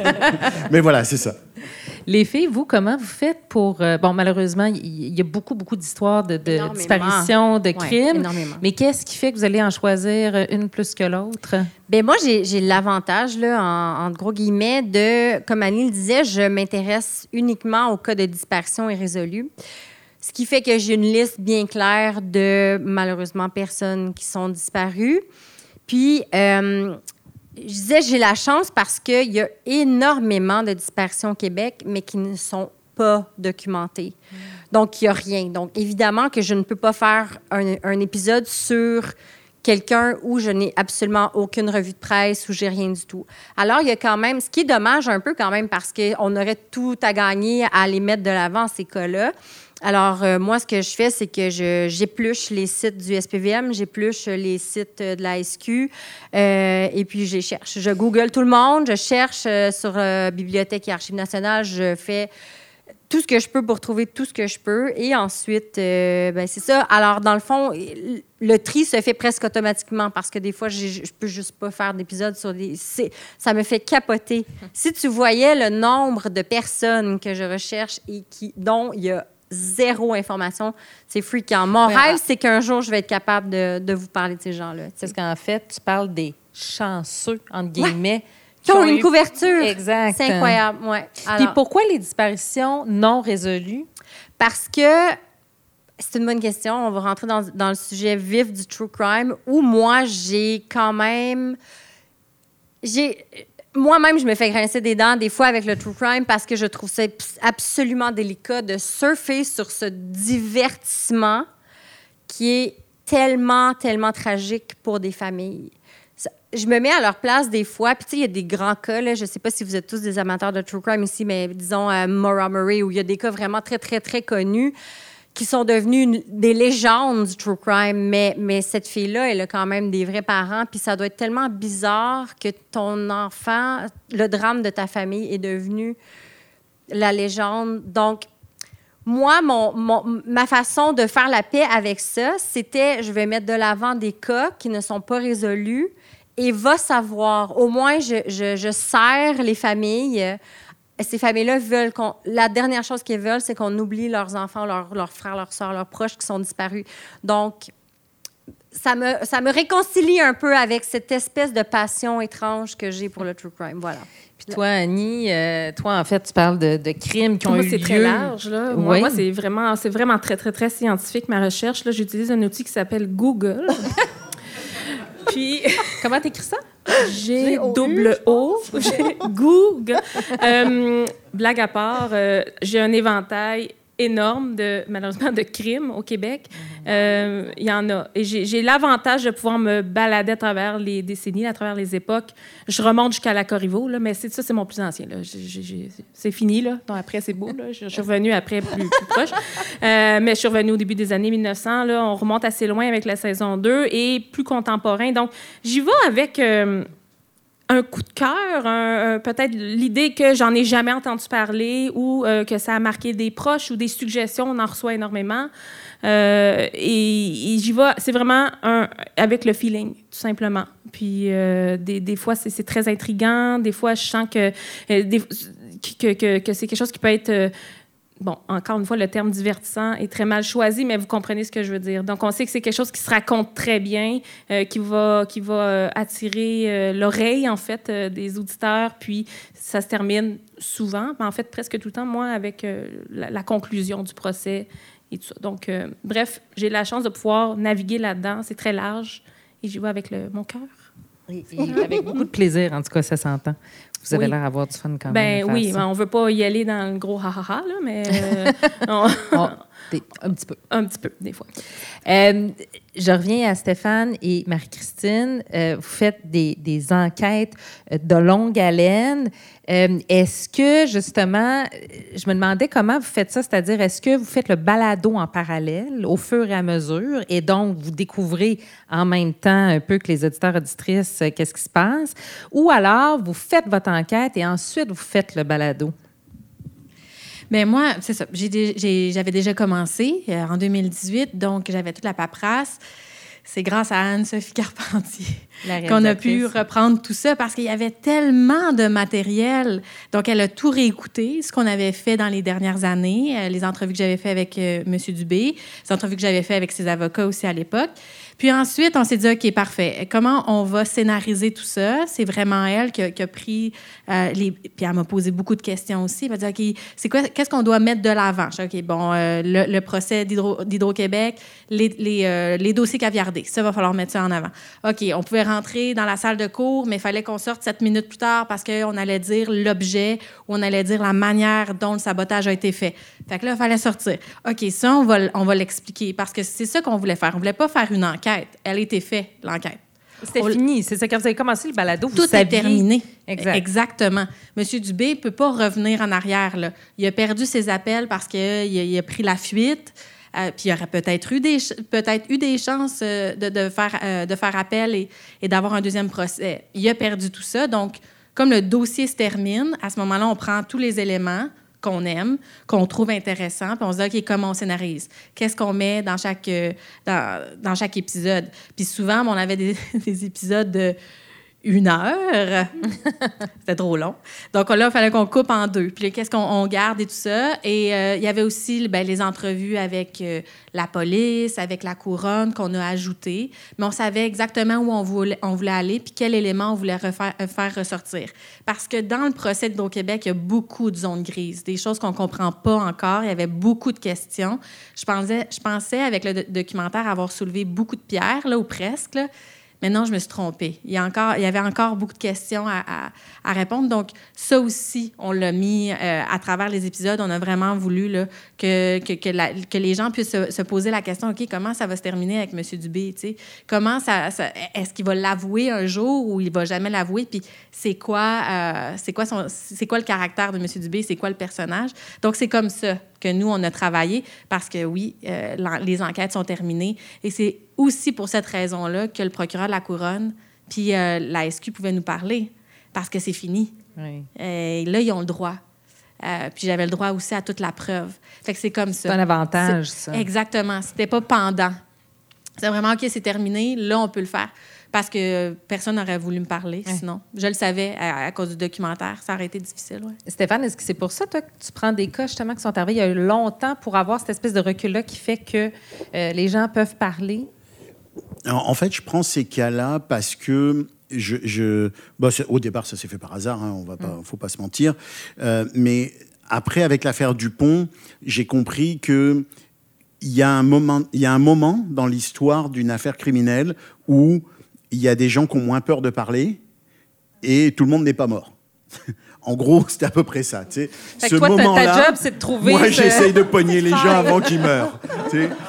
Mais voilà, c'est ça. Les filles, vous, comment vous faites pour... Euh, bon, malheureusement, il y, y a beaucoup, beaucoup d'histoires de, de Énormément. disparitions, de Ouais, crimes. énormément. Mais qu'est-ce qui fait que vous allez en choisir une plus que l'autre? Bien, moi, j'ai, j'ai l'avantage, là, en, en gros guillemets, de, comme Annie le disait, je m'intéresse uniquement aux cas de disparition irrésolus. Ce qui fait que j'ai une liste bien claire de, malheureusement, personnes qui sont disparues. Puis, euh, je disais, j'ai la chance parce qu'il y a énormément de disparitions au Québec, mais qui ne sont pas documentées. Mmh. Donc, il n'y a rien. Donc, évidemment que je ne peux pas faire un, un épisode sur quelqu'un où je n'ai absolument aucune revue de presse, où j'ai rien du tout. Alors, il y a quand même, ce qui est dommage un peu quand même, parce qu'on aurait tout à gagner à les mettre de l'avant, ces cas-là. Alors, euh, moi, ce que je fais, c'est que je, j'épluche les sites du S P V M, j'épluche les sites de la S Q, euh, et puis je les cherche. Je Google tout le monde, je cherche euh, sur euh, Bibliothèque et Archives nationales, je fais tout ce que je peux pour trouver tout ce que je peux. Et ensuite, euh, ben c'est ça. Alors, dans le fond, le tri se fait presque automatiquement parce que des fois, j'ai, je peux juste pas faire d'épisodes sur des... C'est, ça me fait capoter. Si tu voyais le nombre de personnes que je recherche et qui, dont il y a zéro information, c'est freakant. Mon ouais, rêve, c'est qu'un jour, je vais être capable de, de vous parler de ces gens-là. C'est parce qu'en fait, tu parles des chanceux, entre guillemets, ouais. Qui ont une eu... couverture. Exact. C'est incroyable, oui. Puis pourquoi les disparitions non résolues? Parce que, c'est une bonne question, on va rentrer dans, dans le sujet vif du true crime, où moi, j'ai quand même... j'ai Moi-même, je me fais grincer des dents des fois avec le true crime parce que je trouve ça absolument délicat de surfer sur ce divertissement qui est tellement, tellement tragique pour des familles. Je me mets à leur place des fois. Puis, tu sais, il y a des grands cas. Là, je ne sais pas si vous êtes tous des amateurs de true crime ici, mais disons euh, Maura Murray, où il y a des cas vraiment très, très, très connus qui sont devenus une, des légendes du true crime. Mais, mais cette fille-là, elle a quand même des vrais parents. Puis ça doit être tellement bizarre que ton enfant, le drame de ta famille est devenu la légende. Donc, moi, mon, mon, ma façon de faire la paix avec ça, c'était, je vais mettre de l'avant des cas qui ne sont pas résolus et va savoir. Au moins, je, je, je sers les familles. Ces familles-là veulent qu'on... La dernière chose qu'elles veulent, c'est qu'on oublie leurs enfants, leurs, leurs frères, leurs sœurs, leurs proches qui sont disparus. Donc, ça me, ça me réconcilie un peu avec cette espèce de passion étrange que j'ai pour le true crime. Voilà. Puis toi, Annie, euh, toi, en fait, tu parles de, de crimes qui ont moi, eu c'est lieu. Très large, là. Moi, oui. moi c'est vraiment, c'est vraiment très, très, très scientifique, ma recherche. Là, j'utilise un outil qui s'appelle Google. Puis... Comment t'écris ça? G double O. Google. Euh, blague à part, euh, j'ai un éventail énorme, de, malheureusement, de crimes au Québec. Il euh, y en a. Et j'ai, j'ai l'avantage de pouvoir me balader à travers les décennies, à travers les époques. Je remonte jusqu'à la Corriveau, là, mais c'est, ça, c'est mon plus ancien. Là. J'ai, j'ai, c'est fini, là. Non, après, c'est beau. Là. Je, je suis revenue après plus, plus proche. Euh, mais je suis revenue au début des années mille neuf cents. Là. On remonte assez loin avec la saison deux et plus contemporain. Donc, j'y vais avec... Euh, un coup de cœur, un, un, peut-être l'idée que j'en ai jamais entendu parler ou euh, que ça a marqué des proches ou des suggestions, on en reçoit énormément. Euh, et, et j'y vais, c'est vraiment un, avec le feeling, tout simplement. Puis euh, des, des fois, c'est, c'est très intriguant. Des fois, je sens que, euh, des, que, que, que c'est quelque chose qui peut être... Euh, Bon, encore une fois, le terme divertissant est très mal choisi, mais vous comprenez ce que je veux dire. Donc, on sait que c'est quelque chose qui se raconte très bien, euh, qui va, qui va euh, attirer euh, l'oreille, en fait, euh, des auditeurs, puis ça se termine souvent, en fait, presque tout le temps, moi, avec euh, la, la conclusion du procès et tout ça. Donc, euh, bref, j'ai la chance de pouvoir naviguer là-dedans. C'est très large et j'y vais avec le, mon cœur. Et, et avec beaucoup de plaisir, en tout cas, ça s'entend. Vous avez oui. l'air d'avoir du fun quand même. Ben oui, ben on ne veut pas y aller dans le gros ha-ha-ha, là, mais euh, on... oh, des, un petit peu. Un petit peu, des fois. Euh, je reviens à Stéphane et Marie-Christine. Euh, vous faites des, des enquêtes de longue haleine. Euh, est-ce que, justement, je me demandais comment vous faites ça, c'est-à-dire est-ce que vous faites le balado en parallèle au fur et à mesure et donc vous découvrez en même temps un peu que les auditeurs auditrices euh, qu'est-ce qui se passe, ou alors vous faites votre enquête et ensuite vous faites le balado? Bien, moi, c'est ça. J'ai, j'ai, j'avais déjà commencé euh, en deux mille dix-huit, donc j'avais toute la paperasse. C'est grâce à Anne-Sophie Carpentier qu'on a pu reprendre tout ça parce qu'il y avait tellement de matériel. Donc, elle a tout réécouté, ce qu'on avait fait dans les dernières années, euh, les entrevues que j'avais fait avec euh, M. Dubé, les entrevues que j'avais fait avec ses avocats aussi à l'époque. Puis ensuite, on s'est dit, OK, parfait. Comment on va scénariser tout ça? C'est vraiment elle qui a, qui a pris euh, les... Puis elle m'a posé beaucoup de questions aussi. Elle m'a dit, OK, c'est quoi, qu'est-ce qu'on doit mettre de l'avant? Je dis, OK, bon, euh, le, le procès d'Hydro, d'Hydro-Québec, les, les, euh, les dossiers caviardés. regardez, ça, va falloir mettre ça en avant. OK, on pouvait rentrer dans la salle de cours, mais il fallait qu'on sorte sept minutes plus tard parce qu'on allait dire l'objet ou on allait dire la manière dont le sabotage a été fait. Fait que là, il fallait sortir. OK, ça, on va, on va l'expliquer parce que c'est ça qu'on voulait faire. On voulait pas faire une enquête. Elle a été faite, l'enquête. C'était on... fini. C'est ça, quand vous avez commencé le balado, vous Tout saviez... est terminé. Exact. Exactement. Monsieur Dubé ne peut pas revenir en arrière, là. Il a perdu ses appels parce qu'il a, il a pris la fuite. Euh, puis il aurait peut-être eu des, peut-être eu des chances euh, de, de, faire, euh, de faire appel et, et d'avoir un deuxième procès. Il a perdu tout ça. Donc, comme le dossier se termine, à ce moment-là, on prend tous les éléments qu'on aime, qu'on trouve intéressants, puis on se dit, OK, comment on scénarise? Qu'est-ce qu'on met dans chaque, euh, dans, dans chaque épisode? Puis souvent, on avait des, des épisodes de une heure. C'était trop long. Donc là, il fallait qu'on coupe en deux. Puis qu'est-ce qu'on on garde et tout ça. Et euh, il y avait aussi ben, les entrevues avec euh, la police, avec la couronne qu'on a ajoutées. Mais on savait exactement où on voulait, on voulait aller puis quel élément on voulait refaire, faire ressortir. Parce que dans le procès d'Hydro-Québec, il y a beaucoup de zones grises, des choses qu'on ne comprend pas encore. Il y avait beaucoup de questions. Je pensais, je pensais avec le do- documentaire, avoir soulevé beaucoup de pierres, là, ou presque, là. Mais non, je me suis trompée. Il y, a encore, il y avait encore beaucoup de questions à, à, à répondre. Donc, ça aussi, on l'a mis euh, à travers les épisodes. On a vraiment voulu là, que, que, que, la, que les gens puissent se, se poser la question, OK, comment ça va se terminer avec M. Dubé? T'sais? Comment ça, ça... Est-ce qu'il va l'avouer un jour ou il ne va jamais l'avouer? Puis c'est quoi, euh, c'est, quoi son, c'est quoi le caractère de M. Dubé? C'est quoi le personnage? Donc, c'est comme ça que nous, on a travaillé parce que, oui, euh, les enquêtes sont terminées. Et c'est aussi pour cette raison-là que le procureur de la Couronne puis euh, la S Q pouvaient nous parler parce que c'est fini. Oui. Et là, ils ont le droit. Euh, puis j'avais le droit aussi à toute la preuve. Fait que c'est comme ça. C'est un avantage, c'est, ça. Exactement. C'était pas pendant. C'est vraiment, OK, c'est terminé. Là, on peut le faire. Parce que personne n'aurait voulu me parler, ouais. Sinon. Je le savais à, à cause du documentaire. Ça aurait été difficile, oui. Stéphane, est-ce que c'est pour ça, toi, que tu prends des cas, justement, qui sont arrivés il y a longtemps pour avoir cette espèce de recul-là qui fait que euh, les gens peuvent parler? Alors, en fait, je prends ces cas-là parce que je... je bon, au départ, ça s'est fait par hasard, hein, on va pas, mm. faut pas se mentir. Euh, mais après, avec l'affaire Dupont, j'ai compris que il y a un moment, il y a un moment dans l'histoire d'une affaire criminelle où il y a des gens qui ont moins peur de parler et tout le monde n'est pas mort. En gros, c'était à peu près ça. Tu sais. Fait que ce toi, moment-là, ta job, c'est de trouver... Moi, ce... j'essaye de pogner les gens avant qu'ils meurent. Tu sais.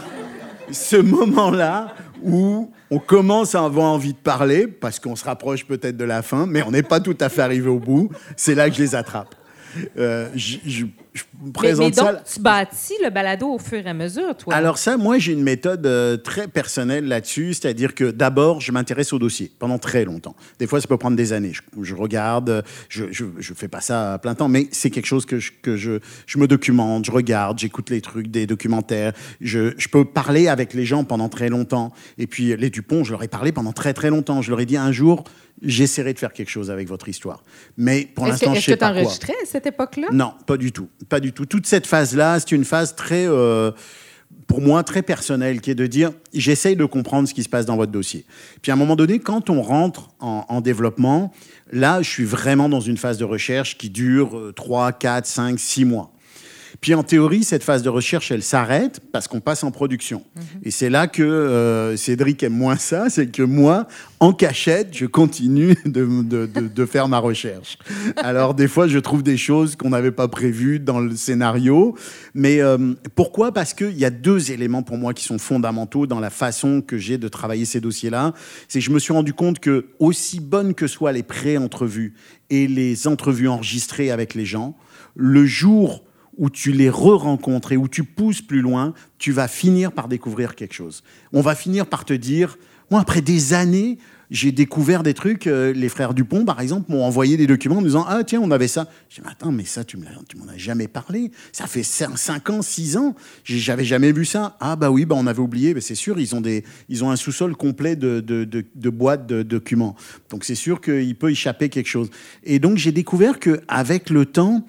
Ce moment-là où on commence à avoir envie de parler, parce qu'on se rapproche peut-être de la fin, mais on n'est pas tout à fait arrivé au bout, c'est là que je les attrape. Euh, je, je, je présente mais, mais donc, ça... tu bâtis le balado au fur et à mesure, toi? Alors ça, moi, j'ai une méthode euh, très personnelle là-dessus, c'est-à-dire que d'abord, je m'intéresse au dossier pendant très longtemps. Des fois, ça peut prendre des années. Je, je regarde, je, je, je fais pas ça à plein temps, mais c'est quelque chose que je, que je, je me documente, je regarde, j'écoute les trucs, des documentaires. Je, je peux parler avec les gens pendant très longtemps. Et puis, les Dupont, je leur ai parlé pendant très, très longtemps. Je leur ai dit un jour... J'essaierai de faire quelque chose avec votre histoire. Mais pour est-ce l'instant, que, je sais pas quoi. Est-ce que tu enregistrais à cette époque-là? Non, pas du tout. Pas du tout. Toute cette phase-là, c'est une phase très, euh, pour moi, très personnelle, qui est de dire, j'essaye de comprendre ce qui se passe dans votre dossier. Puis à un moment donné, quand on rentre en, en développement, là, je suis vraiment dans une phase de recherche qui dure trois, quatre, cinq, six mois. Puis en théorie, cette phase de recherche, elle s'arrête parce qu'on passe en production. Mmh. Et c'est là que euh, Cédric aime moins ça, c'est que moi, en cachette, je continue de, de, de, de faire ma recherche. Alors des fois, je trouve des choses qu'on n'avait pas prévues dans le scénario. Mais euh, pourquoi? Parce qu'il y a deux éléments pour moi qui sont fondamentaux dans la façon que j'ai de travailler ces dossiers-là. C'est que je me suis rendu compte que, aussi bonnes que soient les pré-entrevues et les entrevues enregistrées avec les gens, le jour où tu les re-rencontres et où tu pousses plus loin, tu vas finir par découvrir quelque chose. On va finir par te dire... Moi, après des années, j'ai découvert des trucs. Euh, les frères Dupont, par exemple, m'ont envoyé des documents en me disant « Ah, tiens, on avait ça. » Je dis « Attends, mais ça, tu ne m'en as jamais parlé. Ça fait cinq ans, six ans. J'avais jamais vu ça. » « Ah, bah oui, bah, on avait oublié. Mais c'est sûr, ils ont, des, ils ont un sous-sol complet de, de, de, de boîtes de documents. Donc, c'est sûr qu'il peut échapper quelque chose. » Et donc, j'ai découvert qu'avec le temps...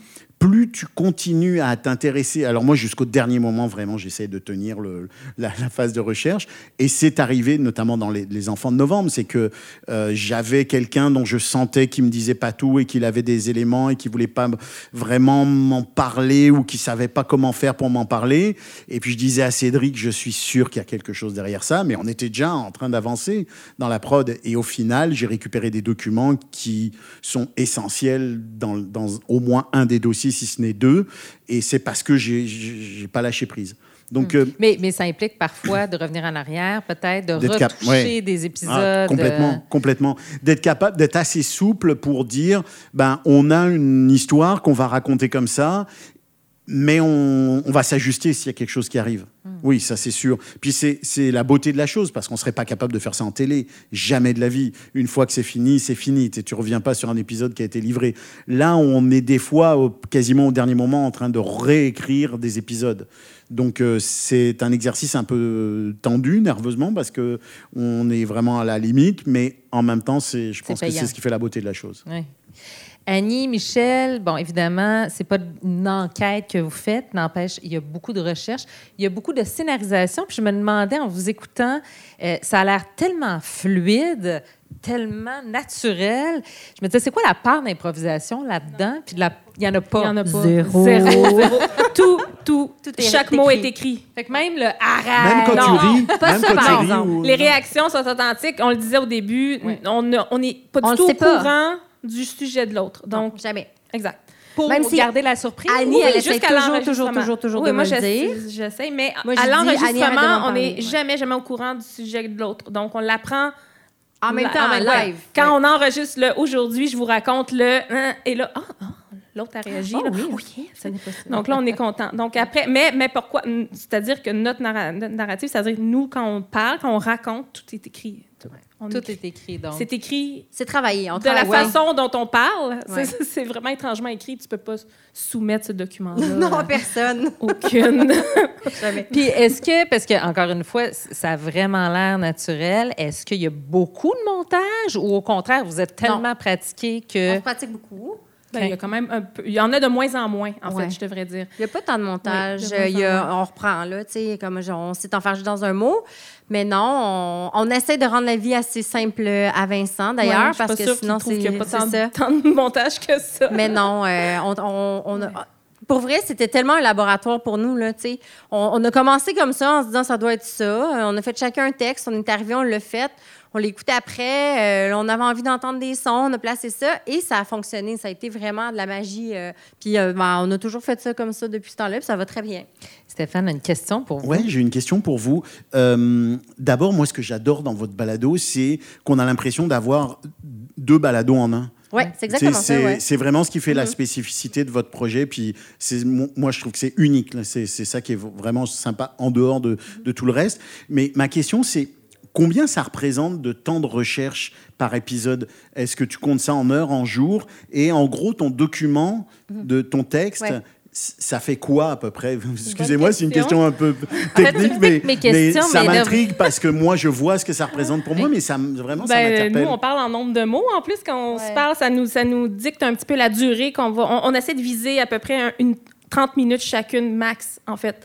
plus tu continues à t'intéresser... Alors moi, jusqu'au dernier moment, vraiment, j'essaie de tenir le, la, la phase de recherche. Et c'est arrivé, notamment dans les, les enfants de novembre, c'est que euh, j'avais quelqu'un dont je sentais qu'il me disait pas tout et qu'il avait des éléments et qu'il voulait pas vraiment m'en parler ou qu'il savait pas comment faire pour m'en parler. Et puis je disais à Cédric, je suis sûr qu'il y a quelque chose derrière ça, mais on était déjà en train d'avancer dans la prod. Et au final, j'ai récupéré des documents qui sont essentiels dans, dans au moins un des dossiers, si ce n'est deux, et c'est parce que j'ai, j'ai pas lâché prise. Donc, mmh. euh, mais, mais ça implique parfois de revenir en arrière, peut-être, de retoucher cap- ouais. des épisodes. Ah, complètement, euh... complètement. D'être capable, d'être assez souple pour dire, ben, on a une histoire qu'on va raconter comme ça, mais on, on va s'ajuster s'il y a quelque chose qui arrive. Mmh. Oui, ça c'est sûr. Puis c'est, c'est la beauté de la chose, parce qu'on ne serait pas capable de faire ça en télé. Jamais de la vie. Une fois que c'est fini, c'est fini. Tu ne reviens pas sur un épisode qui a été livré. Là, on est des fois, au, quasiment au dernier moment, en train de réécrire des épisodes. Donc euh, c'est un exercice un peu tendu, nerveusement, parce qu'on est vraiment à la limite, mais en même temps, c'est, je pense c'est que c'est ce qui fait la beauté de la chose. Oui. Annie, Michel, bon, évidemment, c'est pas une enquête que vous faites, n'empêche, il y a beaucoup de recherches, il y a beaucoup de scénarisation. Puis je me demandais, en vous écoutant, euh, ça a l'air tellement fluide, tellement naturel. Je me disais, c'est quoi la part d'improvisation là-dedans? Puis de la... il n'y en a pas. Il n'y en a pas. Zéro. Zéro. Zéro. Tout, tout, tout est chaque écrit. mot est écrit. Fait que même le « arrête ». Même quand non, tu ris, pas même ça, quand par tu ris exemple. ou... Les réactions sont authentiques. On le disait au début, Oui. on n'est pas du On le tout sait au pas. courant du sujet de l'autre. Donc, Donc, jamais. exact. Pour Même si garder la surprise. Annie, Oui, elle essaie jusqu'à toujours, l'enregistrement. toujours, toujours, toujours oui, de moi, me le j'essaie, dire. j'essaie, mais Moi, à je dis, Annie, arrête de l'enregistrement, m'en on n'est parler, ouais. jamais, jamais au courant du sujet de l'autre. Donc, on l'apprend En même la- temps, en voilà. live. Quand Ouais. on enregistre le « aujourd'hui, je vous raconte le hein, » et là, ah, ah, l'autre a réagi. Oh là. oui, Oh, ok, yes. ça n'est pas ça. Donc là, on est content. Donc après, mais, mais pourquoi? C'est-à-dire que notre, narra- notre narrative, c'est-à-dire que nous, quand on parle, quand on raconte, tout est écrit. On Tout écrit. est écrit, donc. C'est écrit C'est travaillé. On de la travaille. façon dont on parle. Ouais. C'est, c'est vraiment étrangement écrit. Tu peux pas soumettre ce document-là. Non, à personne. aucune. Jamais. Puis est-ce que, parce que encore une fois, ça a vraiment l'air naturel, est-ce qu'il y a beaucoup de montage ou au contraire, vous êtes tellement Non. pratiqué On que... se pratique beaucoup. Ben, il y a quand même un peu. Il y en a de moins en moins, en Ouais. fait, je devrais dire. Il n'y a pas tant de montage. Oui, de Euh, il y a- moins en on reprend, là, tu sais, comme genre, on s'est enfargé dans un mot. Mais non, on, on essaie de rendre la vie assez simple à Vincent, d'ailleurs, Ouais, je suis parce pas que sûre sinon, qu'il trouve c'est qu'il n'y a pas c'est tant, ça. tant de montage que ça. Mais non, euh, on, on- on a... Pour vrai, c'était tellement un laboratoire pour nous, là, tu sais. On, on a commencé comme ça, en se disant, ça doit être ça. Euh, On a fait chacun un texte, on est arrivé, on l'a fait. On l'a écouté après, euh, on avait envie d'entendre des sons, on a placé ça et ça a fonctionné. Ça a été vraiment de la magie. euh, puis euh, ben, on a toujours fait ça comme ça depuis ce temps-là, puis ça va très bien. Stéphane a une question pour vous. Oui, j'ai une question pour vous. Euh, d'abord, moi, ce que j'adore dans votre balado, c'est qu'on a l'impression d'avoir deux balados en un. Oui, c'est exactement c'est, ça, ouais. c'est vraiment ce qui fait la Mhm. spécificité de votre projet. Puis c'est, moi, je trouve que c'est unique. Là. C'est, c'est ça qui est vraiment sympa en dehors de, de tout le reste. Mais ma question, c'est combien ça représente de temps de recherche par épisode? Est-ce que tu comptes ça en heures, en jours? Et en gros, ton document de ton texte, Ouais. c- ça fait quoi à peu près? Excusez-moi, c'est une question. question un peu fait, technique, toutes mais, mes mais questions, ça mais là- m'intrigue parce que moi, je vois ce que ça représente pour moi, mais ça, m- vraiment, ça Ben, m'interpelle. nous, on parle en nombre de mots. En plus, quand on Ouais. se parle, ça nous, ça nous dicte un petit peu la durée qu'on va. On, on essaie de viser à peu près un- une trente minutes chacune max, en fait.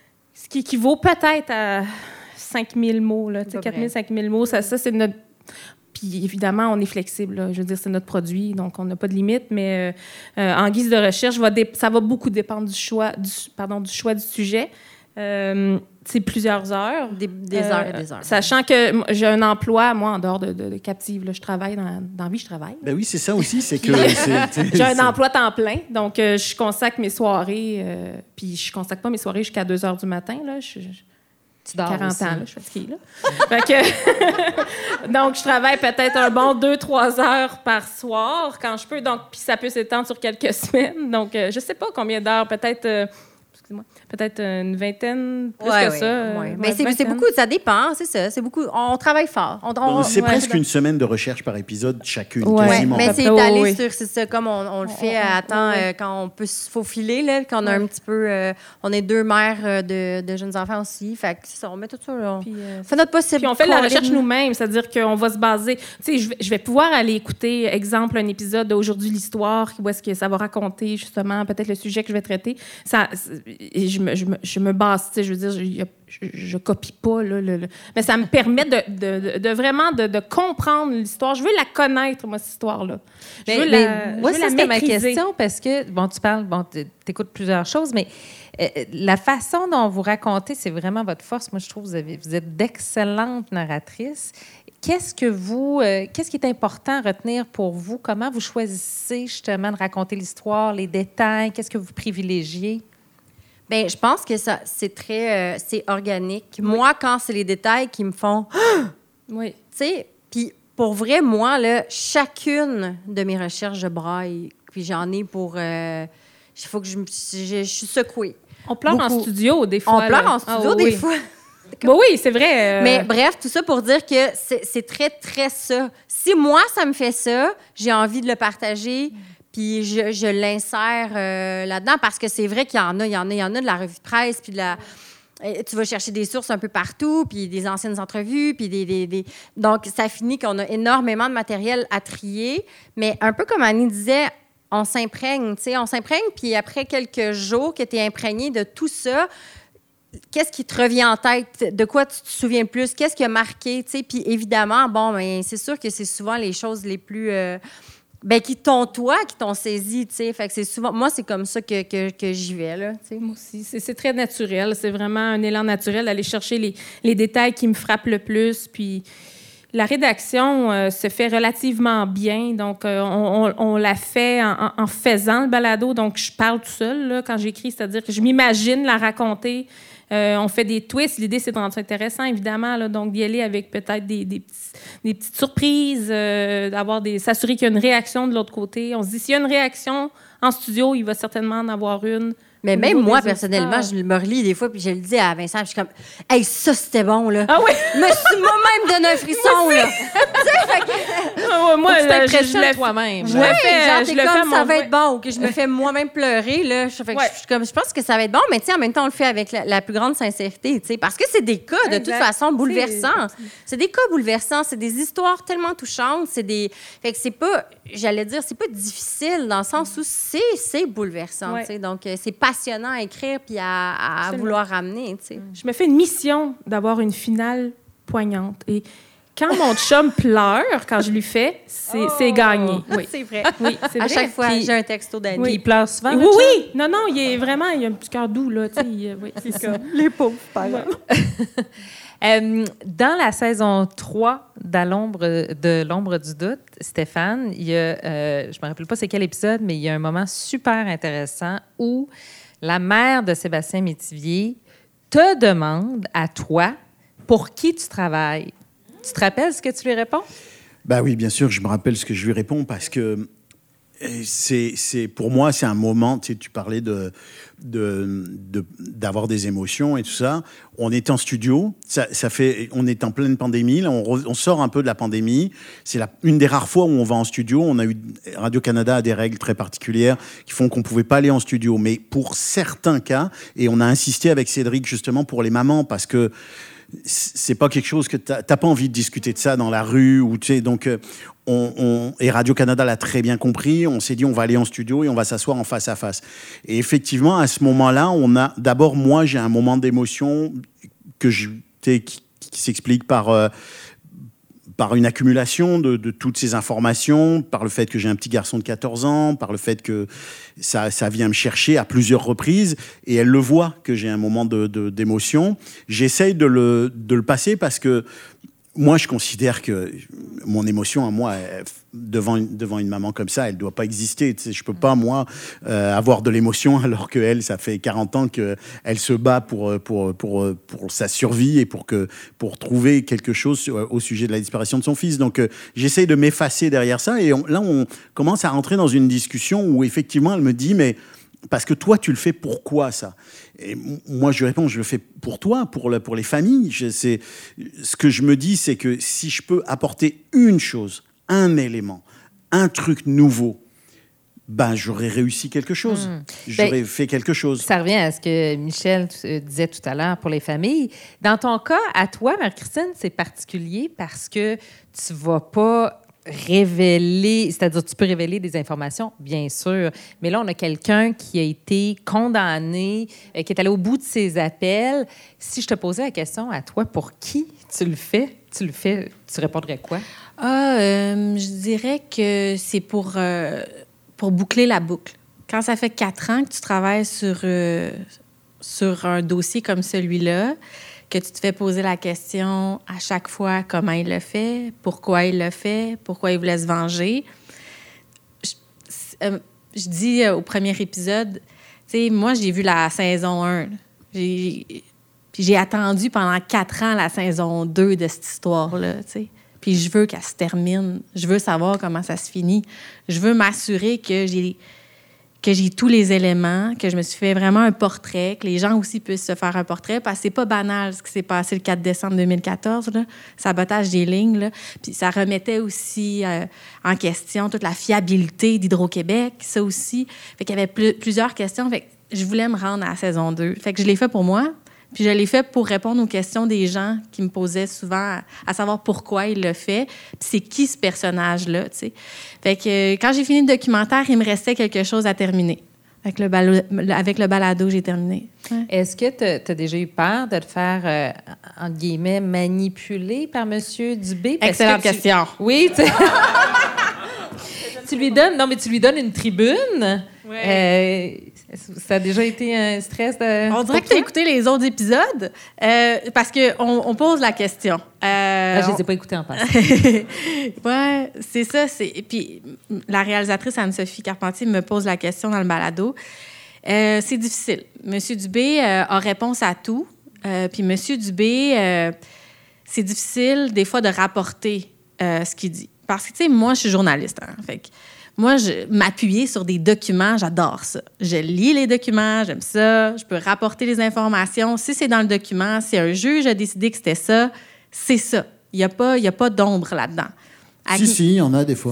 Ce qui équivaut peut-être à cinq mille mots, là, tu sais, peu quatre mille, près. cinq mille mots. Ça, ça c'est notre. Puis évidemment, on est flexible. Là. Je veux dire, c'est notre produit, donc on n'a pas de limite. Mais euh, euh, en guise de recherche, va dé- ça va beaucoup dépendre du choix du, pardon, du choix du sujet. Euh, c'est plusieurs heures. Des, des Euh, heures et des heures. Sachant que moi, j'ai un emploi, moi, en dehors de, de, de captive. Là, je travaille dans, dans la vie, je travaille. Ben oui, c'est ça aussi, c'est que... c'est- c'est- J'ai un c'est- emploi temps plein, donc euh, je consacre mes soirées, euh, puis je consacre pas mes soirées jusqu'à deux heures du matin. Là, je, je- Tu dors quarante aussi. ans, là, je suis fatiguée. Là. Fait que- donc, je travaille peut-être un bon deux, trois heures par soir quand je peux. Donc, puis ça peut s'étendre sur quelques semaines. Donc, euh, je sais pas combien d'heures, peut-être... euh, dis-moi. Peut-être une vingtaine, plus ouais, que ouais, ça. Ouais. Ouais, Mais c'est, c'est beaucoup, ça dépend, c'est ça. C'est beaucoup, on travaille fort. On, on, c'est ouais, presque c'est une semaine de recherche par épisode chacune, ouais. quasiment. Mais c'est Oh, étalé oui. sur, c'est ça, comme on, on le fait Oh, à temps, oui. euh, quand on peut se faufiler, là, quand on a Ouais. un petit peu... Euh, on est deux mères euh, de, de jeunes enfants aussi, fait que c'est ça, on met tout ça, là, on Puis, euh, fait notre possible. Puis on fait de la Colin. recherche nous-mêmes, c'est-à-dire qu'on va se baser. Tu sais, je vais, je vais pouvoir aller écouter, exemple, un épisode d'Aujourd'hui l'histoire, où est-ce que ça va raconter justement peut-être le sujet que je vais traiter. Ça, et je me, je me, je me base, tu sais, je veux dire, je, je, je copie pas là, le, le- mais ça me permet de, de, de, de vraiment de, de comprendre l'histoire. Je veux la connaître, moi, cette histoire-là. Je veux Mais- la, mais je moi, veux ça, la c'était ma maîtriser. question parce que, bon, tu parles, bon, tu écoutes plusieurs choses, mais euh, la façon dont vous racontez, c'est vraiment votre force. Moi, je trouve que vous, avez, vous êtes d'excellentes narratrices. Qu'est-ce que vous, euh, qu'est-ce qui est important à retenir pour vous? Comment vous choisissez justement de raconter l'histoire, les détails? Qu'est-ce que vous privilégiez? Bien, je pense que ça, c'est très... euh, c'est organique. Moi, quand c'est les détails qui me font... Oui. Tu sais, puis pour vrai, moi, là, chacune de mes recherches, je braille. Puis j'en ai pour... Il faut que je me... Je, je suis secouée. On pleure Beaucoup. en studio, des fois. On pleure là. en studio, Ah, des oui. fois. Ben oui, c'est vrai. euh, Mais bref, tout ça pour dire que c'est, c'est très, très ça. Si moi, ça me fait ça, j'ai envie de le partager, puis je, je l'insère euh, là-dedans, parce que c'est vrai qu'il y en a, il y en a, il y en a de la revue de presse, puis de la... euh, Tu vas chercher des sources un peu partout, puis des anciennes entrevues, puis des, des, des... Donc, ça finit qu'on a énormément de matériel à trier, mais un peu comme Annie disait, on s'imprègne, tu sais, on s'imprègne, puis après quelques jours que tu es imprégné de tout ça, qu'est-ce qui te revient en tête? De quoi tu te souviens le plus? Qu'est-ce qui a marqué? Tu sais, puis évidemment, bon, ben, c'est sûr que c'est souvent les choses les plus... Euh, ben, qui t'ont, toi, qui t'ont saisi, tu sais. Fait que c'est souvent... Moi, c'est comme ça que, que, que j'y vais, là, tu sais. Moi aussi. C'est, c'est très naturel. C'est vraiment un élan naturel d'aller chercher les, les détails qui me frappent le plus. Puis la rédaction euh, se fait relativement bien. Donc, euh, on, on, on la fait en, en- en faisant le balado. Donc, je parle tout seul là, quand j'écris. C'est-à-dire que je m'imagine la raconter. Euh, on fait des twists. L'idée, c'est de rendre ça intéressant, évidemment. Là, donc, d'y aller avec peut-être des, des, petits- des petites surprises, euh, d'avoir des, s'assurer qu'il y a une réaction de l'autre côté. On se dit, s'il y a une réaction en studio, il va certainement en avoir une. Mais Au même niveau moi, des personnellement, auditeurs. je me relis des fois, puis je le dis à Vincent, puis je suis comme, hey, ça, c'était bon, là. Ah oui? Je me suis moi-même donné un frisson, là. Ah ouais, moi, Faut que tu là, je, je t'impressionnes le toi-même. Je là. le fais, genre, je t'es le fais à comme, ça mon va ouais. être bon, ou que je me fais moi-même pleurer, là. Je, fait que Ouais. je, suis comme, je pense que ça va être bon, mais tu sais, en même temps, on le fait avec la, la plus grande sincérité, tu sais, parce que c'est des cas, de toute Exact. façon, bouleversants. C'est- C'est des cas bouleversants, c'est des histoires tellement touchantes, c'est des... Fait que c'est pas, j'allais dire, c'est pas difficile, dans le sens où c'est, c'est bouleversant, Ouais. tu sais. Donc, euh, c'est passionnant à écrire puis à, à Absolument. vouloir ramener, tu sais. Je me fais une mission d'avoir une finale poignante. Et quand mon chum pleure, quand je lui fais, c'est, c'est gagné. Oui. C'est vrai. Oui, c'est À vrai. chaque fois, Puis- j'ai un texto d'Annie. Puis il pleure souvent. Oui, votre chum? oui. Non, non, il est vraiment, il a un petit cœur doux, là. Tu sais, il- oui, c'est ça. Les pauvres parents. Euh, dans la saison trois d'À l'ombre de l'ombre du doute, Stéphane, il y a, euh, je me rappelle pas c'est quel épisode, mais il y a un moment super intéressant où la mère de Sébastien Métivier te demande à toi pour qui tu travailles. Tu te rappelles ce que tu lui réponds? Bah oui, bien sûr, je me rappelle ce que je lui réponds parce que et c'est, c'est, pour moi, c'est un moment, tu sais, tu parlais de, de, de- d'avoir des émotions et tout ça. On est en studio, ça, ça fait, on est en pleine pandémie, là, on, re- on sort un peu de la pandémie. C'est la, une des rares fois où on va en studio. On a eu, Radio-Canada a des règles très particulières qui font qu'on pouvait pas aller en studio. Mais pour certains cas, et on a insisté avec Cédric justement pour les mamans parce que c'est pas quelque chose que t'as t'as pas envie de discuter de ça dans la rue ou tu sais donc euh, on, on et Radio-Canada l'a très bien compris. On s'est dit on va aller en studio et on va s'asseoir en face à face. Et effectivement à ce moment-là, on a d'abord moi j'ai un moment d'émotion que je tu sais, qui, qui s'explique par euh, par une accumulation de, de toutes ces informations, par le fait que j'ai un petit garçon de quatorze ans, par le fait que ça, ça vient me chercher à plusieurs reprises, et elle le voit que j'ai un moment de, de, d'émotion. J'essaye de le, de le passer parce que moi, je considère que mon émotion à moi, elle, devant, une, devant une maman comme ça, elle ne doit pas exister. Tu sais, je ne peux pas, moi, euh, avoir de l'émotion alors qu'elle, ça fait quarante ans qu'elle se bat pour, pour, pour, pour sa survie et pour, que, pour trouver quelque chose au sujet de la disparition de son fils. Donc, euh, j'essaye de m'effacer derrière ça. Et on, là, on commence à rentrer dans une discussion où, effectivement, elle me dit, mais Parce que toi, tu le fais pourquoi, ça? Et moi, je réponds, je le fais pour toi, pour, le, pour les familles. Je, c'est, ce que je me dis, c'est que si je peux apporter une chose, un élément, un truc nouveau, ben, j'aurais réussi quelque chose. Mmh. J'aurais ben, fait quelque chose. Ça revient à ce que Michel disait tout à l'heure pour les familles. Dans ton cas, à toi, Marie-Christine, c'est particulier parce que tu ne vas pas révéler, c'est-à-dire tu peux révéler des informations, bien sûr, mais là, on a quelqu'un qui a été condamné, euh, qui est allé au bout de ses appels. Si je te posais la question à toi, pour qui tu le fais, tu le fais, tu répondrais quoi? Ah, euh, je dirais que c'est pour, euh, pour boucler la boucle. Quand ça fait quatre ans que tu travailles sur, euh, sur un dossier comme celui-là, que tu te fais poser la question à chaque fois comment il le fait, pourquoi il le fait, pourquoi il voulait se venger. Je, euh, je dis euh, au premier épisode, tu sais, moi, j'ai vu la saison un. J'ai, puis j'ai attendu pendant quatre ans la saison deux de cette histoire-là, tu sais. Puis je veux qu'elle se termine. Je veux savoir comment ça se finit. Je veux m'assurer que j'ai... que j'ai tous les éléments, que je me suis fait vraiment un portrait, que les gens aussi puissent se faire un portrait, parce que c'est pas banal ce qui s'est passé le quatre décembre deux mille quatorze, là, sabotage des lignes, là. Puis ça remettait aussi euh, en question toute la fiabilité d'Hydro-Québec, ça aussi. Fait qu'il y avait pl- plusieurs questions. Fait que je voulais me rendre à la saison deux. Fait que je l'ai fait pour moi, puis je l'ai fait pour répondre aux questions des gens qui me posaient souvent, à, à savoir pourquoi il le fait, puis c'est qui ce personnage-là, tu sais. Fait que euh, quand j'ai fini le documentaire, il me restait quelque chose à terminer. Avec le, balo- avec le balado, j'ai terminé. Ouais. Est-ce que tu as déjà eu peur de te faire, euh, entre guillemets, manipuler par M. Dubé? Parce Excellente que tu... question. Oui, tu... tu lui donnes... Non, mais tu lui donnes une tribune. Ouais. Euh, ça a déjà été un stress de... On dirait que tu as écouté les autres épisodes euh, parce qu'on on pose la question. Euh, ah, je ne les ai pas écoutés en passant. Oui, c'est ça. C'est... Puis la réalisatrice Anne-Sophie Carpentier me pose la question dans le balado. Euh, c'est difficile. M. Dubé euh, a réponse à tout. Euh, puis M. Dubé, euh, c'est difficile des fois de rapporter euh, ce qu'il dit. Parce que, tu sais, moi, je suis journaliste. Hein, fait que moi, je, m'appuyer sur des documents, j'adore ça. Je lis les documents, j'aime ça. Je peux rapporter les informations. Si c'est dans le document, si un juge a décidé que c'était ça, c'est ça. Il n'y a pas, il y a pas d'ombre là-dedans. À si, qui... si, il y en a des fois.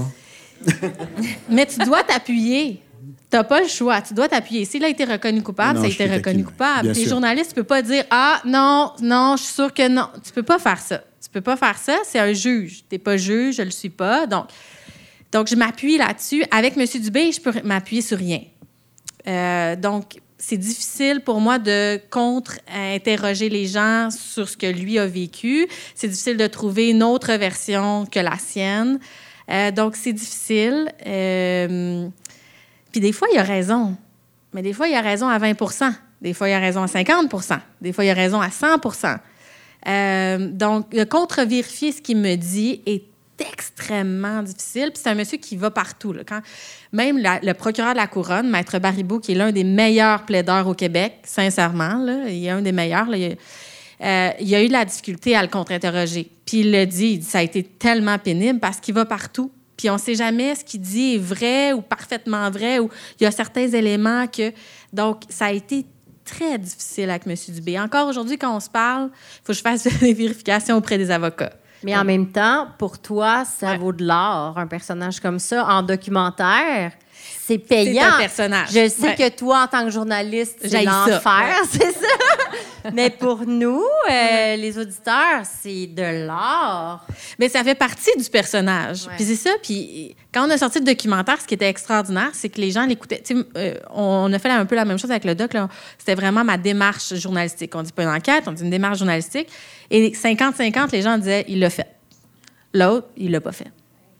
Mais tu dois t'appuyer. Tu n'as pas le choix. Tu dois t'appuyer. S'il a été reconnu coupable, non, ça a été reconnu coupable. Les journalistes, tu ne peux pas dire « Ah, non, non, je suis sûre que non. » Tu ne peux pas faire ça. Tu ne peux pas faire ça. C'est un juge. Tu n'es pas juge, je ne le suis pas. Donc... Donc, je m'appuie là-dessus. Avec M. Dubé, je peux m'appuyer sur rien. Euh, donc, c'est difficile pour moi de contre-interroger les gens sur ce que lui a vécu. C'est difficile de trouver une autre version que la sienne. Euh, donc, c'est difficile. Euh, puis des fois, il a raison. Mais des fois, il a raison à vingt pour cent. Des fois, il a raison à cinquante pour cent. Des fois, il a raison à cent pour cent. Euh, donc, de contre-vérifier ce qu'il me dit est extrêmement difficile. Puis c'est un monsieur qui va partout. Là. Quand, même la, le procureur de la Couronne, Maître Baribeau, qui est l'un des meilleurs plaideurs au Québec, sincèrement, là, il est un des meilleurs, là, il, a, euh, il a eu de la difficulté à le contre-interroger. Puis il le dit, il dit, ça a été tellement pénible parce qu'il va partout. Puis on ne sait jamais ce qu'il dit est vrai ou parfaitement vrai, ou il y a certains éléments que... Donc, ça a été très difficile avec M. Dubé. Encore aujourd'hui, quand on se parle, il faut que je fasse des vérifications auprès des avocats. Mais en même temps, pour toi, ça ouais. vaut de l'or, un personnage comme ça, en documentaire. C'est payant. C'est un personnage. Je sais ouais. que toi, en tant que journaliste, c'est l'enfer, ouais. c'est ça. Mais pour nous, euh, les auditeurs, c'est de l'or. Mais ça fait partie du personnage. Ouais. Puis c'est ça. Puis quand on a sorti le documentaire, ce qui était extraordinaire, c'est que les gens l'écoutaient. Tu sais, euh, on a fait un peu la même chose avec le doc. Là. C'était vraiment ma démarche journalistique. On dit pas une enquête, on dit une démarche journalistique. Et cinquante cinquante, les gens disaient, il l'a fait. L'autre, il l'a pas fait.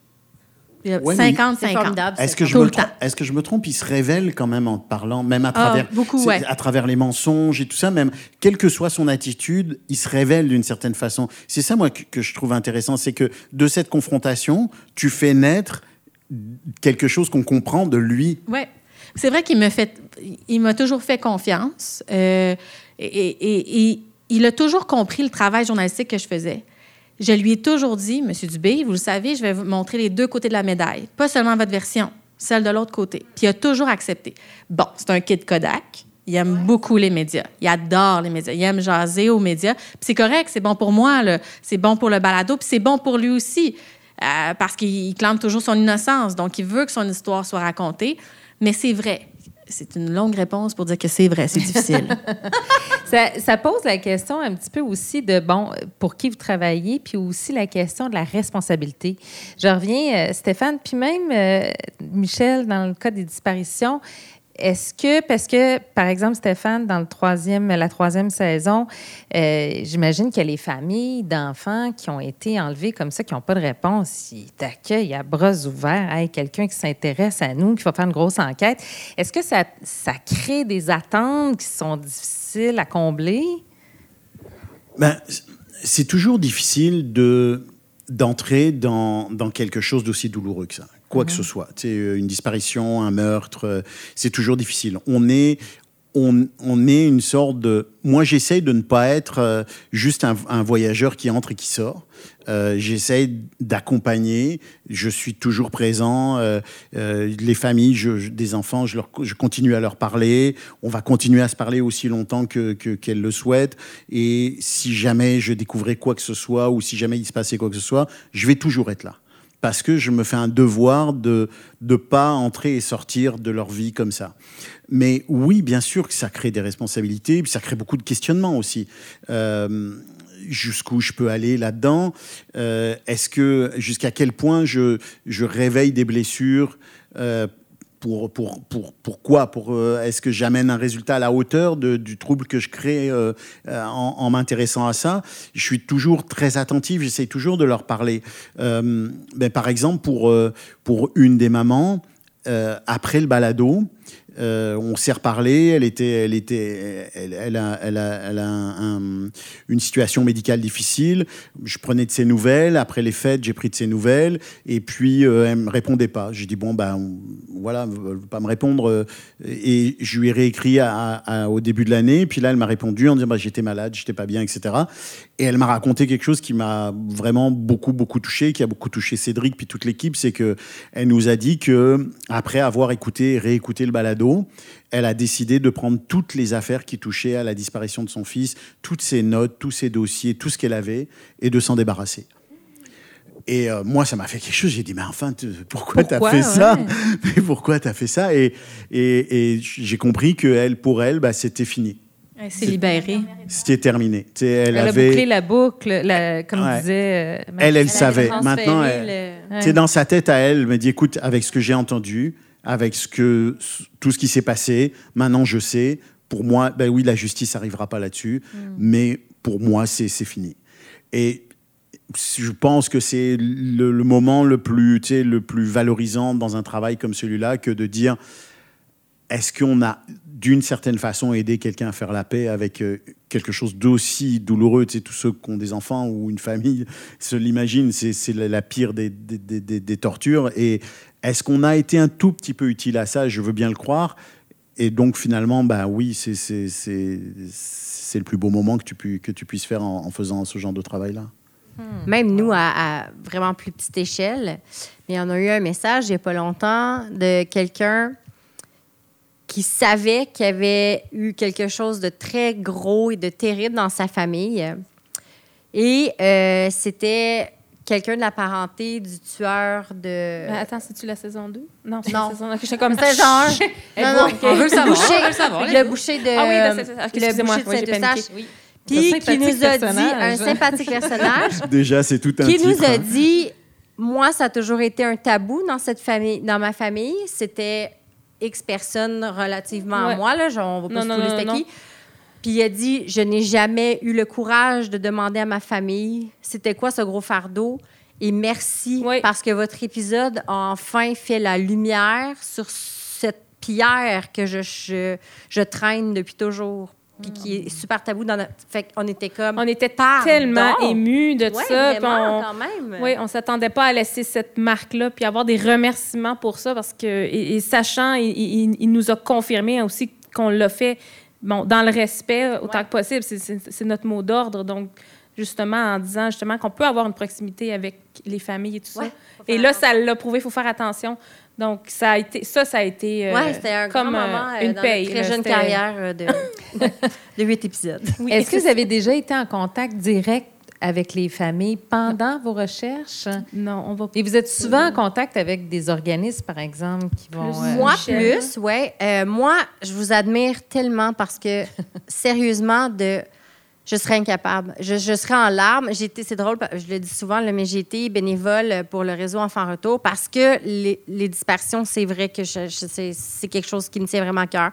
Ouais, cinquante cinquante. Est-ce que, je me trompe, est-ce que je me trompe? Il se révèle quand même en parlant, même à travers, ah, beaucoup, ouais. à travers les mensonges et tout ça, même quelle que soit son attitude, il se révèle d'une certaine façon. C'est ça, moi, que, que je trouve intéressant, c'est que de cette confrontation, tu fais naître quelque chose qu'on comprend de lui. Oui. C'est vrai qu'il me fait, il m'a toujours fait confiance euh, et, et, et il a toujours compris le travail journalistique que je faisais. Je lui ai toujours dit, M. Dubé, vous le savez, je vais vous montrer les deux côtés de la médaille. Pas seulement votre version. celle de l'autre côté. Puis il a toujours accepté. Bon, c'est un kid Kodak. Il aime ouais. beaucoup les médias. Il adore les médias. Il aime jaser aux médias. Puis c'est correct, c'est bon pour moi, là. C'est bon pour le balado, puis c'est bon pour lui aussi, euh, parce qu'il clame toujours son innocence. Donc, il veut que son histoire soit racontée. Mais c'est vrai. C'est une longue réponse pour dire que c'est vrai, c'est difficile. ça, ça pose la question un petit peu aussi de, bon, pour qui vous travaillez, puis aussi la question de la responsabilité. Je reviens, euh, Stéphane, puis même euh, Michel, dans le cas des disparitions, est-ce que, parce que, par exemple, Stéphane, dans le troisième, la troisième saison, euh, j'imagine qu'il y a les familles d'enfants qui ont été enlevés comme ça, qui n'ont pas de réponse. Ils t'accueillent à bras ouverts. Hey, quelqu'un qui s'intéresse à nous, qui va faire une grosse enquête. Est-ce que ça, ça crée des attentes qui sont difficiles à combler? Ben, c'est toujours difficile de, d'entrer dans, dans quelque chose d'aussi douloureux que ça. Quoi mmh. que ce soit, tu sais, une disparition, un meurtre, c'est toujours difficile. On est, on, on est une sorte de... Moi, j'essaye de ne pas être euh, juste un, un voyageur qui entre et qui sort. Euh, j'essaye d'accompagner. Je suis toujours présent. Euh, euh, les familles, je, je, des enfants, je, leur, je continue à leur parler. On va continuer à se parler aussi longtemps que, que, qu'elles le souhaitent. Et si jamais je découvrais quoi que ce soit ou si jamais il se passait quoi que ce soit, je vais toujours être là. Parce que je me fais un devoir de ne pas entrer et sortir de leur vie comme ça. Mais oui, bien sûr que ça crée des responsabilités, puis ça crée beaucoup de questionnements aussi. Euh, jusqu'où je peux aller là-dedans? euh, Est-ce que, jusqu'à quel point je, je réveille des blessures? euh, Pour, pour, pour, pourquoi pour, euh, Est-ce que j'amène un résultat à la hauteur de, du trouble que je crée euh, en, en m'intéressant à ça? Je suis toujours très attentif, j'essaie toujours de leur parler. Euh, ben, par exemple, pour, euh, pour une des mamans, euh, après le balado, Euh, on s'est reparlé. Elle était, elle était, elle, elle a, elle a, elle a un, un, une situation médicale difficile. Je prenais de ses nouvelles. Après les fêtes, j'ai pris de ses nouvelles. Et puis, euh, elle me répondait pas. J'ai dit bon ben voilà, elle veut pas me répondre. Et je lui ai réécrit à, à, au début de l'année. Puis là, elle m'a répondu en disant bah, j'étais malade, j'étais pas bien, et cetera. Et elle m'a raconté quelque chose qui m'a vraiment beaucoup, beaucoup touché, qui a beaucoup touché Cédric puis toute l'équipe, c'est que elle nous a dit que après avoir écouté et réécouté le balado, elle a décidé de prendre toutes les affaires qui touchaient à la disparition de son fils, toutes ses notes, tous ses dossiers, tout ce qu'elle avait, et de s'en débarrasser. Et euh, moi, ça m'a fait quelque chose. J'ai dit, mais enfin, pourquoi, pourquoi t'as fait ouais. ça? Mais pourquoi t'as fait ça? Et, et, et j'ai compris que elle, pour elle, bah, c'était fini. Elle s'est libérée. C'était terminé. T'sais, elle elle avait... a bouclé la boucle, la, comme ouais. disait... Euh, elle, elle, elle savait. Maintenant, elle, le... ouais. dans sa tête à elle, elle me dit, écoute, avec ce que j'ai entendu, avec ce que, tout ce qui s'est passé, maintenant je sais, pour moi, ben oui, la justice n'arrivera pas là-dessus, mm. mais pour moi, c'est, c'est fini. Et je pense que c'est le, le moment le plus, tu sais, le plus valorisant dans un travail comme celui-là que de dire, est-ce qu'on a, d'une certaine façon, aidé quelqu'un à faire la paix avec euh, quelque chose d'aussi douloureux? Tu sais, tous ceux qui ont des enfants ou une famille se l'imaginent, c'est, c'est la, la pire des, des, des, des tortures. Et est-ce qu'on a été un tout petit peu utile à ça? Je veux bien le croire. Et donc, finalement, ben oui, c'est, c'est, c'est, c'est le plus beau moment que tu, pu, que tu puisses faire en, en faisant ce genre de travail-là. Hmm. Même nous, à, à vraiment plus petite échelle, mais on a eu un message il n'y a pas longtemps de quelqu'un qui savait qu'il y avait eu quelque chose de très gros et de terrible dans sa famille. Et euh, c'était quelqu'un de la parenté du tueur de... Mais attends, c'est-tu la saison deux? Non, c'est non. la saison un. J'étais comme... Saison un. non, non, on veut le savoir. Boucher, on veut le savoir. Le boucher de... Ah oui, ben, c'est, c'est, okay, le boucher de oui, Saint-Eustache. Oui. Puis qui nous a dit... Un sympathique personnage. Déjà, c'est tout un Qui titre, nous a hein. dit... Moi, ça a toujours été un tabou dans cette famille, dans ma famille. C'était... X personnes relativement ouais. à moi, là, on va pas se tous les qui. Puis il a dit, je n'ai jamais eu le courage de demander à ma famille c'était quoi ce gros fardeau. Et merci oui. parce que votre épisode a enfin fait la lumière sur cette pierre que je, je, je traîne depuis toujours. Puis qui est super tabou dans notre... Fait qu'on était comme... On était tellement émus de ouais, ça. Vraiment, on... quand même. Oui, on ne s'attendait pas à laisser cette marque-là puis avoir des remerciements pour ça parce que, et, et sachant, il, il, il nous a confirmé aussi qu'on l'a fait bon, dans le respect autant ouais. que possible. C'est, c'est, c'est notre mot d'ordre. Donc, justement, en disant justement qu'on peut avoir une proximité avec les familles et tout ouais, ça. Et là, ça l'a prouvé, il faut faire attention. Donc, ça a été, ça, ça a été euh, ouais, c'était un comme grand moment euh, euh, une dans paye. notre très là, jeune c'était... carrière euh, de, de huit épisodes. Oui. Est-ce que vous avez déjà été en contact direct avec les familles pendant vos recherches? Non, on va pas. Et vous êtes souvent en contact avec des organismes, par exemple, qui vont... Plus. euh, Moi, Michel? plus, oui. Euh, moi, je vous admire tellement parce que, sérieusement, de... je serais incapable. Je, je serais en larmes. J'ai été, c'est drôle, je le dis souvent, là, mais j'ai été bénévole pour le réseau Enfants Retour parce que les, les dispersions, c'est vrai que je, je, c'est, c'est quelque chose qui me tient vraiment à cœur.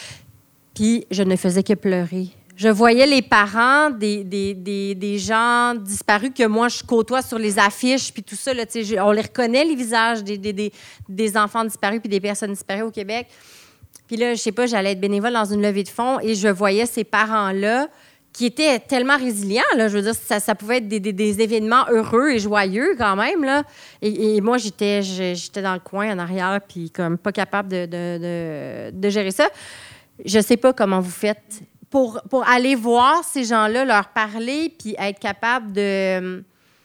Puis, je ne faisais que pleurer. Je voyais les parents des, des, des, des gens disparus que moi, je côtoie sur les affiches, puis tout ça. Là, je, on les reconnaît, les visages des, des, des, des enfants disparus puis des personnes disparues au Québec. Puis là, je sais pas, j'allais être bénévole dans une levée de fonds et je voyais ces parents-là qui étaient tellement résilients. Là, je veux dire, ça, ça pouvait être des, des, des événements heureux et joyeux quand même. Là. Et, et moi, j'étais, j'étais dans le coin en arrière puis comme pas capable de, de, de, de gérer ça. Je sais pas comment vous faites pour, pour aller voir ces gens-là, leur parler puis être capable de,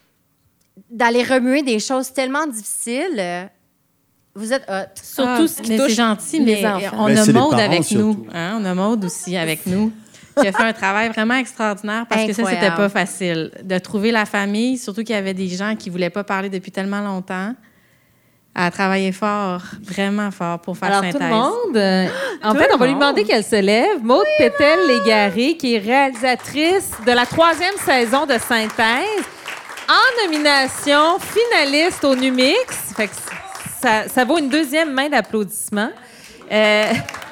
d'aller remuer des choses tellement difficiles. Vous êtes hot. Surtout ah, ce qui mais touche c'est gentil, les mais enfants. On mais a Maude avec surtout. nous. Hein? On a Maude aussi avec nous, qui a fait un travail vraiment extraordinaire parce Incroyable. que ça, c'était pas facile. De trouver la famille, surtout qu'il y avait des gens qui voulaient pas parler depuis tellement longtemps. Elle a travaillé fort, vraiment fort pour faire Alors, synthèse. Alors, tout le monde, euh, en tout fait, on va monde. lui demander qu'elle se lève. Maude oui, Pétel-Légaré, qui est réalisatrice de la troisième saison de Synthèse, en nomination, finaliste au Numix. Fait que ça, ça vaut une deuxième main d'applaudissement. Euh,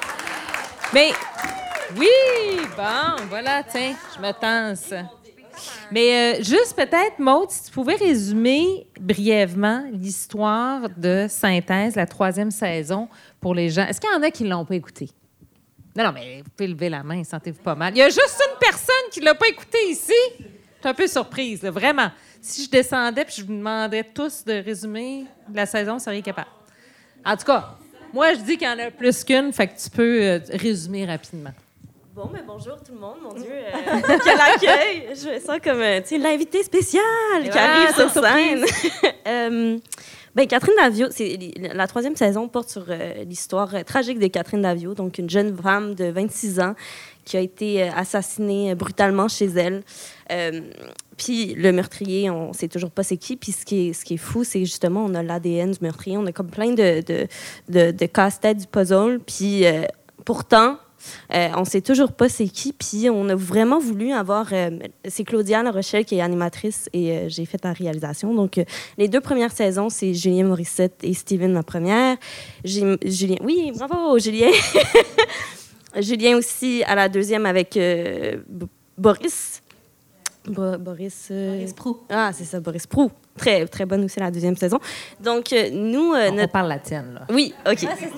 mais, oui, bon, voilà, tiens, je me tense. Mais euh, juste peut-être, Maude, si tu pouvais résumer brièvement l'histoire de Synthèse, la troisième saison, pour les gens. Est-ce qu'il y en a qui ne l'ont pas écouté? Non, non, mais vous pouvez lever la main, sentez-vous pas mal. Il y a juste une personne qui ne l'a pas écouté ici. Je suis un peu surprise, là, vraiment. Si je descendais et je vous demandais tous de résumer la saison, vous seriez capable. En tout cas, moi, je dis qu'il y en a plus qu'une, fait que tu peux euh, résumer rapidement. Bon, mais bonjour tout le monde, mon Dieu, euh, quel accueil! Je me sens comme, tu sais, l'invité spécial qui voilà, arrive sur scène. euh, ben, Catherine Daviau, c'est, la troisième saison porte sur euh, l'histoire euh, tragique de Catherine Daviau, donc une jeune femme de vingt-six ans qui a été euh, assassinée euh, brutalement chez elle. Euh, Puis le meurtrier, on ne sait toujours pas c'est qui. Puis ce qui est, ce qui est fou, c'est justement, on a l'A D N du meurtrier. On a comme plein de, de, de, de casse-tête du puzzle. Puis euh, pourtant, euh, on ne sait toujours pas c'est qui. Puis on a vraiment voulu avoir... Euh, c'est Claudia La Rochelle qui est animatrice et euh, j'ai fait la réalisation. Donc, euh, les deux premières saisons, c'est Julien Morissette et Steven, la première. J'ai, Julien, oui, bravo, Julien! Julien aussi à la deuxième avec euh, B- Boris. Bo- Boris... Euh... Boris Proulx. Ah, c'est ça, Boris Proulx. Très, très bonne aussi la deuxième saison. Donc, euh, nous... Euh, on, notre... on parle la tienne, là. Oui, OK. Ah, c'est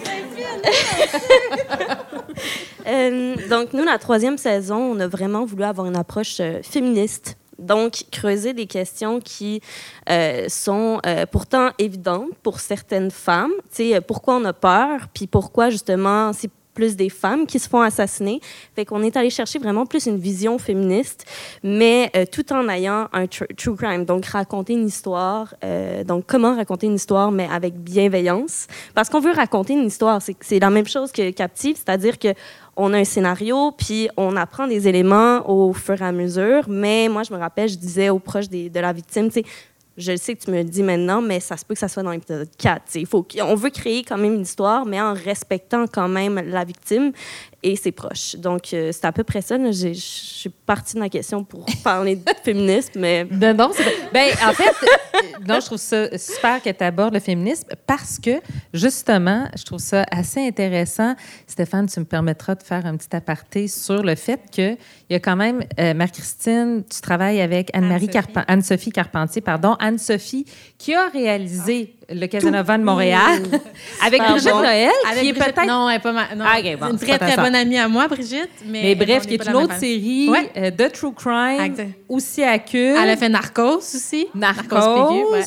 euh, donc, nous, la troisième saison, on a vraiment voulu avoir une approche euh, féministe. Donc, creuser des questions qui euh, sont euh, pourtant évidentes pour certaines femmes. Tu sais, pourquoi on a peur, puis pourquoi, justement, c'est plus des femmes qui se font assassiner. Fait qu'on est allé chercher vraiment plus une vision féministe, mais euh, tout en ayant un tr- true crime. Donc, raconter une histoire. Euh, donc, comment raconter une histoire, mais avec bienveillance. Parce qu'on veut raconter une histoire. C'est, c'est la même chose que Captive, c'est-à-dire que on a un scénario, puis on apprend des éléments au fur et à mesure. Mais moi, je me rappelle, je disais aux proches des, de la victime, tu sais, je sais que tu me le dis maintenant, mais ça se peut que ça soit dans l'épisode quatre. Il faut on veut créer quand même une histoire, mais en respectant quand même la victime et ses proches. Donc, euh, c'est à peu près ça. Je suis partie de ma question pour parler de féminisme, mais... Non, non, c'est... Ben, en fait, non, je trouve ça super que tu abordes le féminisme parce que, justement, je trouve ça assez intéressant. Stéphane, tu me permettras de faire un petit aparté sur le fait qu'il y a quand même, euh, Marie-Christine, tu travailles avec Anne-Marie Carpen- Anne-Sophie Carpentier, pardon, Anne-Sophie, qui a réalisé le Casanova de Montréal avec Pardon. Brigitte Noël, avec qui est Brigitte, peut-être... Non, elle n'est pas ma... non. Ah, okay, bon, c'est une c'est très, pas très ta bonne amie à moi, Brigitte. Mais, mais bref, qui qui est une autre série ouais. euh, de True Crime, exact. aussi à Cube. Elle a fait Narcos aussi. Narcos. Narcos P G, ouais.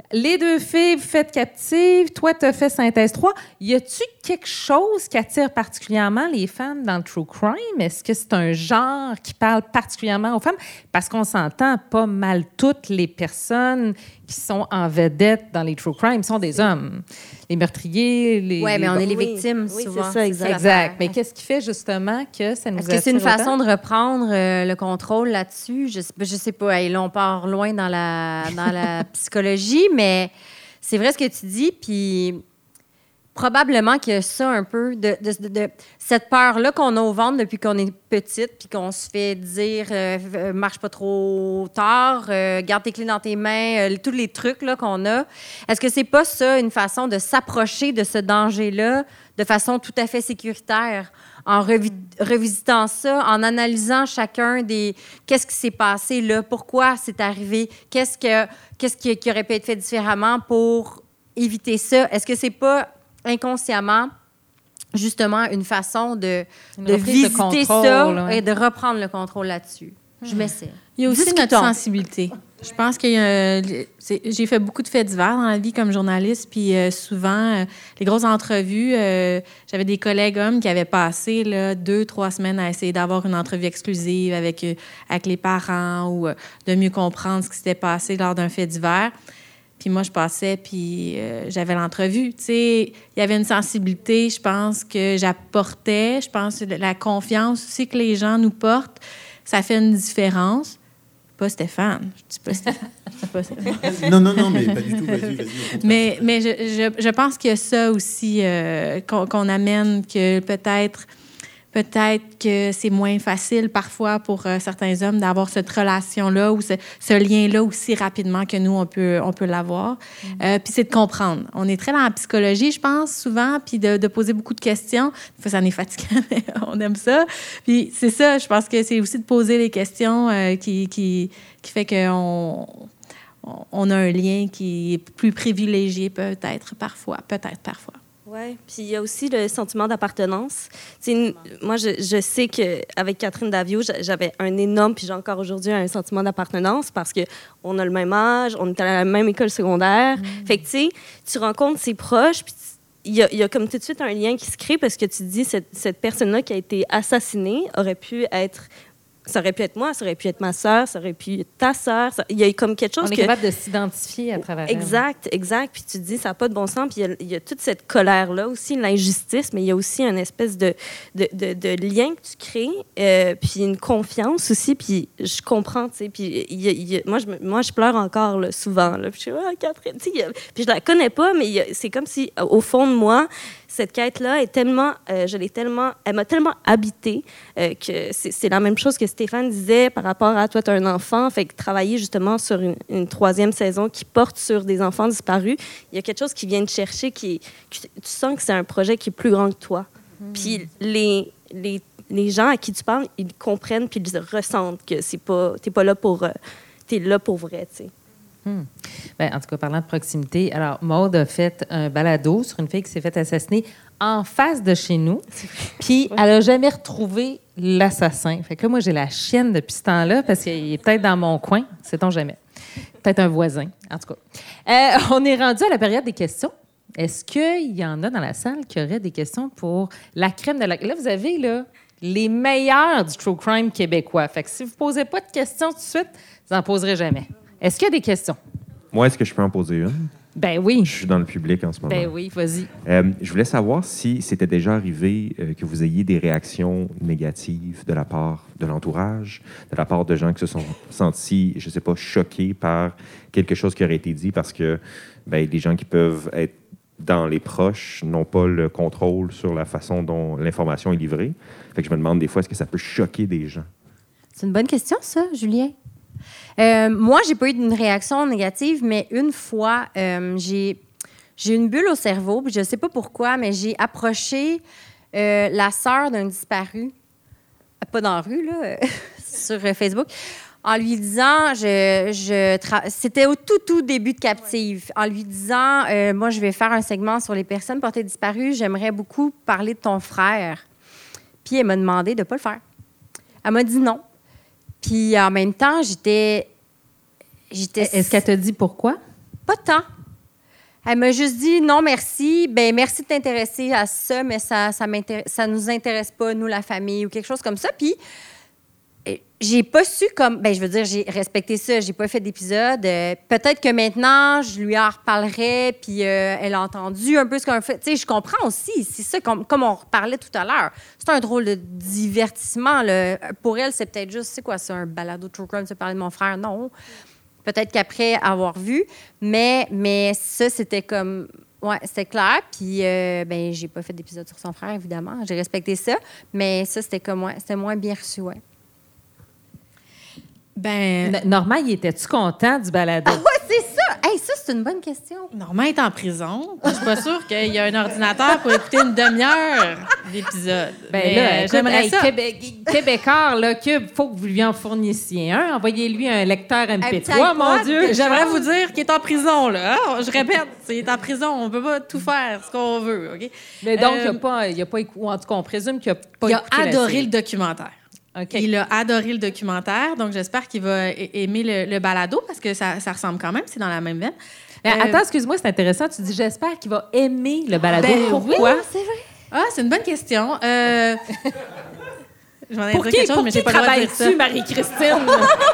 Les deux filles, vous faites captive. Toi, tu as fait Synthèse trois. Y a-tu quelque chose qui attire particulièrement les femmes dans le true crime? Est-ce que c'est un genre qui parle particulièrement aux femmes? Parce qu'on s'entend, pas mal toutes les personnes qui sont en vedette dans les true crime sont des hommes. Les meurtriers, les... Oui, mais on est les oui. victimes, oui, souvent. c'est ça, exact. Exact. Mais qu'est-ce qui fait justement que ça nous Est-ce que c'est une attire façon autant? de reprendre euh, le contrôle là-dessus? Je, je sais pas. Hey, là, on part loin dans la, dans la psychologie, mais c'est vrai ce que tu dis. Puis probablement qu'il y a ça un peu, de, de, de, de cette peur-là qu'on a au ventre depuis qu'on est petite, puis qu'on se fait dire euh, « marche pas trop tard, euh, garde tes clés dans tes mains euh, », tous les trucs là, qu'on a. Est-ce que c'est pas ça une façon de s'approcher de ce danger-là de façon tout à fait sécuritaire, en revi- revisitant ça, en analysant chacun des... Qu'est-ce qui s'est passé là? Pourquoi c'est arrivé? Qu'est-ce, que, qu'est-ce qui, qui aurait pu être fait différemment pour éviter ça? Est-ce que c'est pas inconsciemment, justement, une façon de, Une de reprise de visiter contrôle, ça ouais. et de reprendre le contrôle là-dessus? Je m'essaie. Il y a aussi Discutons. notre sensibilité. Je pense que j'ai fait beaucoup de faits divers dans la vie comme journaliste, puis euh, souvent, euh, les grosses entrevues, euh, j'avais des collègues hommes qui avaient passé là, deux, trois semaines à essayer d'avoir une entrevue exclusive avec, euh, avec les parents ou euh, de mieux comprendre ce qui s'était passé lors d'un fait divers. Puis moi, je passais, puis euh, j'avais l'entrevue. Tu sais, il y avait une sensibilité, je pense, que j'apportais. Je pense que la confiance aussi que les gens nous portent, ça fait une différence. Pas Stéphane. Je dis pas Stéphane. Je dis pas Stéphane. Non, non, non, mais pas du tout. Vas-y, vas-y. Mais, mais je, je, je pense qu'il y a ça aussi euh, qu'on, qu'on amène, que peut-être... Peut-être que c'est moins facile parfois pour euh, certains hommes d'avoir cette relation-là ou ce, ce lien-là aussi rapidement que nous, on peut, on peut l'avoir. Mm. Euh, puis c'est de comprendre. On est très dans la psychologie, je pense, souvent, puis de, de poser beaucoup de questions. Des fois, ça en est fatigant, mais on aime ça. Puis c'est ça, je pense que c'est aussi de poser les questions euh, qui, qui, qui fait qu'on on a un lien qui est plus privilégié peut-être parfois, peut-être parfois. Oui, puis il y a aussi le sentiment d'appartenance. T'sais, moi, je, je sais qu'avec Catherine Daviau, j'avais un énorme, puis j'ai encore aujourd'hui un sentiment d'appartenance parce qu'on a le même âge, on est à la même école secondaire. Mmh. Fait que, tu sais, tu rencontres ses proches, puis il y, y a comme tout de suite un lien qui se crée parce que tu te dis, cette, cette personne-là qui a été assassinée aurait pu être... Ça aurait pu être moi, ça aurait pu être ma sœur, ça aurait pu être ta sœur. Ça... Il y a comme quelque chose On est que... capable de s'identifier à travers Exact, elle. exact. Puis tu te dis, ça n'a pas de bon sens. Puis il y a, il y a toute cette colère-là aussi, l'injustice, mais il y a aussi une espèce de, de, de, de lien que tu crées, euh, puis une confiance aussi. Puis je comprends, tu sais. Puis il y a, il y a... moi, je, moi, je pleure encore là, souvent. Là. Puis je suis ah, Catherine, tu sais. A... Puis je la connais pas, mais il y a... c'est comme si, au fond de moi, cette quête-là est tellement, euh, je l'ai tellement, elle m'a tellement habitée euh, que c'est, c'est la même chose que Stéphane disait par rapport à toi, tu as un enfant, fait que travailler justement sur une, une troisième saison qui porte sur des enfants disparus, il y a quelque chose qui vient te chercher, qui, qui tu sens que c'est un projet qui est plus grand que toi. Mmh. Puis les, les, les gens à qui tu parles, ils comprennent puis ils ressentent que c'est pas, t'es pas là pour, euh, t'es là pour vrai, tu sais. Hmm. Bien, en tout cas, parlant de proximité, alors Maude a fait un balado sur une fille qui s'est fait assassiner en face de chez nous. Puis elle n'a jamais retrouvé l'assassin. Fait que là, moi, j'ai la chienne depuis ce temps-là parce qu'il est peut-être dans mon coin, sait-on jamais. Peut-être un voisin, en tout cas. Euh, on est rendu à la période des questions. Est-ce qu'il y en a dans la salle qui auraient des questions pour la crème de la... Là, vous avez là, les meilleurs du true crime québécois. Fait que si vous ne posez pas de questions tout de suite, vous n'en poserez jamais. Est-ce qu'il y a des questions? Moi, est-ce que je peux en poser une? Ben oui. Je suis dans le public en ce moment. Ben oui, vas-y. Euh, je voulais savoir si c'était déjà arrivé euh, que vous ayez des réactions négatives de la part de l'entourage, de la part de gens qui se sont sentis, je ne sais pas, choqués par quelque chose qui aurait été dit parce que ben, les gens qui peuvent être dans les proches n'ont pas le contrôle sur la façon dont l'information est livrée. Fait que je me demande des fois, est-ce que ça peut choquer des gens? C'est une bonne question, ça, Julien. Euh, moi, j'ai pas eu une réaction négative, mais une fois, euh, j'ai, j'ai une bulle au cerveau, puis je sais pas pourquoi, mais j'ai approché euh, la sœur d'un disparu, pas dans la rue, là, sur Facebook, en lui disant, je, je tra- c'était au tout, tout début de Captive, en lui disant, euh, moi, je vais faire un segment sur les personnes portées disparues, j'aimerais beaucoup parler de ton frère. Puis elle m'a demandé de pas le faire. Elle m'a dit non. Puis en même temps, j'étais... j'étais... Est-ce qu'elle t'a dit pourquoi? Pas tant. Elle m'a juste dit non, merci. Ben merci de t'intéresser à ça, mais ça ça ça nous intéresse pas, nous, la famille, ou quelque chose comme ça. Puis j'ai pas su comme. Ben je veux dire, j'ai respecté ça. J'ai pas fait d'épisode. Euh, peut-être que maintenant, je lui en reparlerai, puis euh, elle a entendu un peu ce qu'on fait. Tu sais, je comprends aussi. C'est ça, comme, comme on reparlait tout à l'heure. C'est un drôle de divertissement. Là. Pour elle, c'est peut-être juste, c'est quoi ça, un balado true crime, se parler de mon frère? Non. Peut-être qu'après avoir vu. Mais, mais ça, c'était comme. Oui, c'était clair. Puis, euh, ben, j'ai pas fait d'épisode sur son frère, évidemment. J'ai respecté ça. Mais ça, c'était comme, ouais, c'était moins bien reçu, ouais. Ben. Normand, il était-tu content du balado? Ah, ouais, c'est ça! Hey, ça, c'est une bonne question. Normand est en prison. Je suis pas sûre qu'il y a un ordinateur pour écouter une demi-heure d'épisode. Ben Mais, là, euh, écoute, j'aimerais hey, ça. Québec, Québécois, là, Cube, faut que vous lui en fournissiez un. Envoyez-lui un lecteur M P trois, mon Dieu. J'aimerais vous dire qu'il est en prison, là. Hein? Je répète, il est en prison. On peut pas tout faire ce qu'on veut, OK? Mais donc, Euh, il n'a pas, il a pas écouté, ou en tout cas, on présume qu'il n'a pas il a écouté la adoré série. le documentaire. Okay. Il a adoré le documentaire, donc j'espère qu'il va aimer le, le balado parce que ça, ça ressemble quand même, c'est dans la même veine. Mais Euh, attends, excuse-moi, c'est intéressant. Tu dis, j'espère qu'il va aimer le balado. Ben Pourquoi? oui, c'est vrai. Ah, c'est une bonne question. Euh... Je m'en ai Pour dit qui, quelque chose, pour mais qui j'ai pas le droit de dire ça. travailles-tu, Marie-Christine?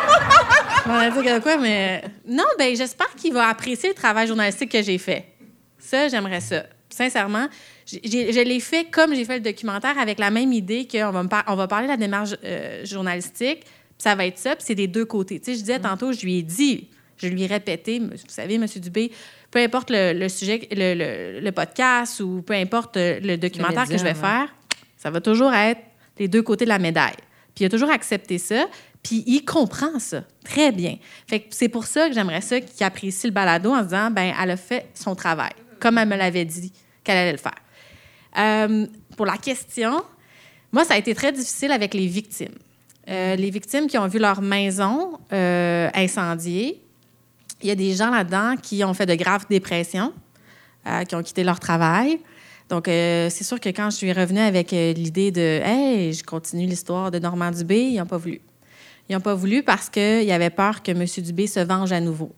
Je m'en ai dit quelque quoi, mais... Non, ben j'espère qu'il va apprécier le travail journalistique que j'ai fait. Ça, j'aimerais ça. Sincèrement, j'ai, je l'ai fait comme j'ai fait le documentaire avec la même idée qu'on va, me par- on va parler de la démarche euh, journalistique, puis ça va être ça, puis c'est des deux côtés. Tu sais, je disais Mm. tantôt, je lui ai dit, je lui ai répété, vous savez, M. Dubé, peu importe le, le sujet, le, le, le podcast ou peu importe le documentaire média, que je vais ouais. faire, ça va toujours être les deux côtés de la médaille. Puis il a toujours accepté ça, puis il comprend ça très bien. Fait que c'est pour ça que j'aimerais ça qu'il apprécie le balado en se disant, ben elle a fait son travail, comme elle me l'avait dit qu'elle allait le faire. Euh, pour la question, moi, ça a été très difficile avec les victimes. Euh, les victimes qui ont vu leur maison euh, incendiée. Il y a des gens là-dedans qui ont fait de graves dépressions, euh, qui ont quitté leur travail. Donc, euh, c'est sûr que quand je suis revenue avec euh, l'idée de « Hey, je continue l'histoire de Normand Dubé », ils n'ont pas voulu. Ils n'ont pas voulu parce qu'ils avaient peur que M. Dubé se venge à nouveau.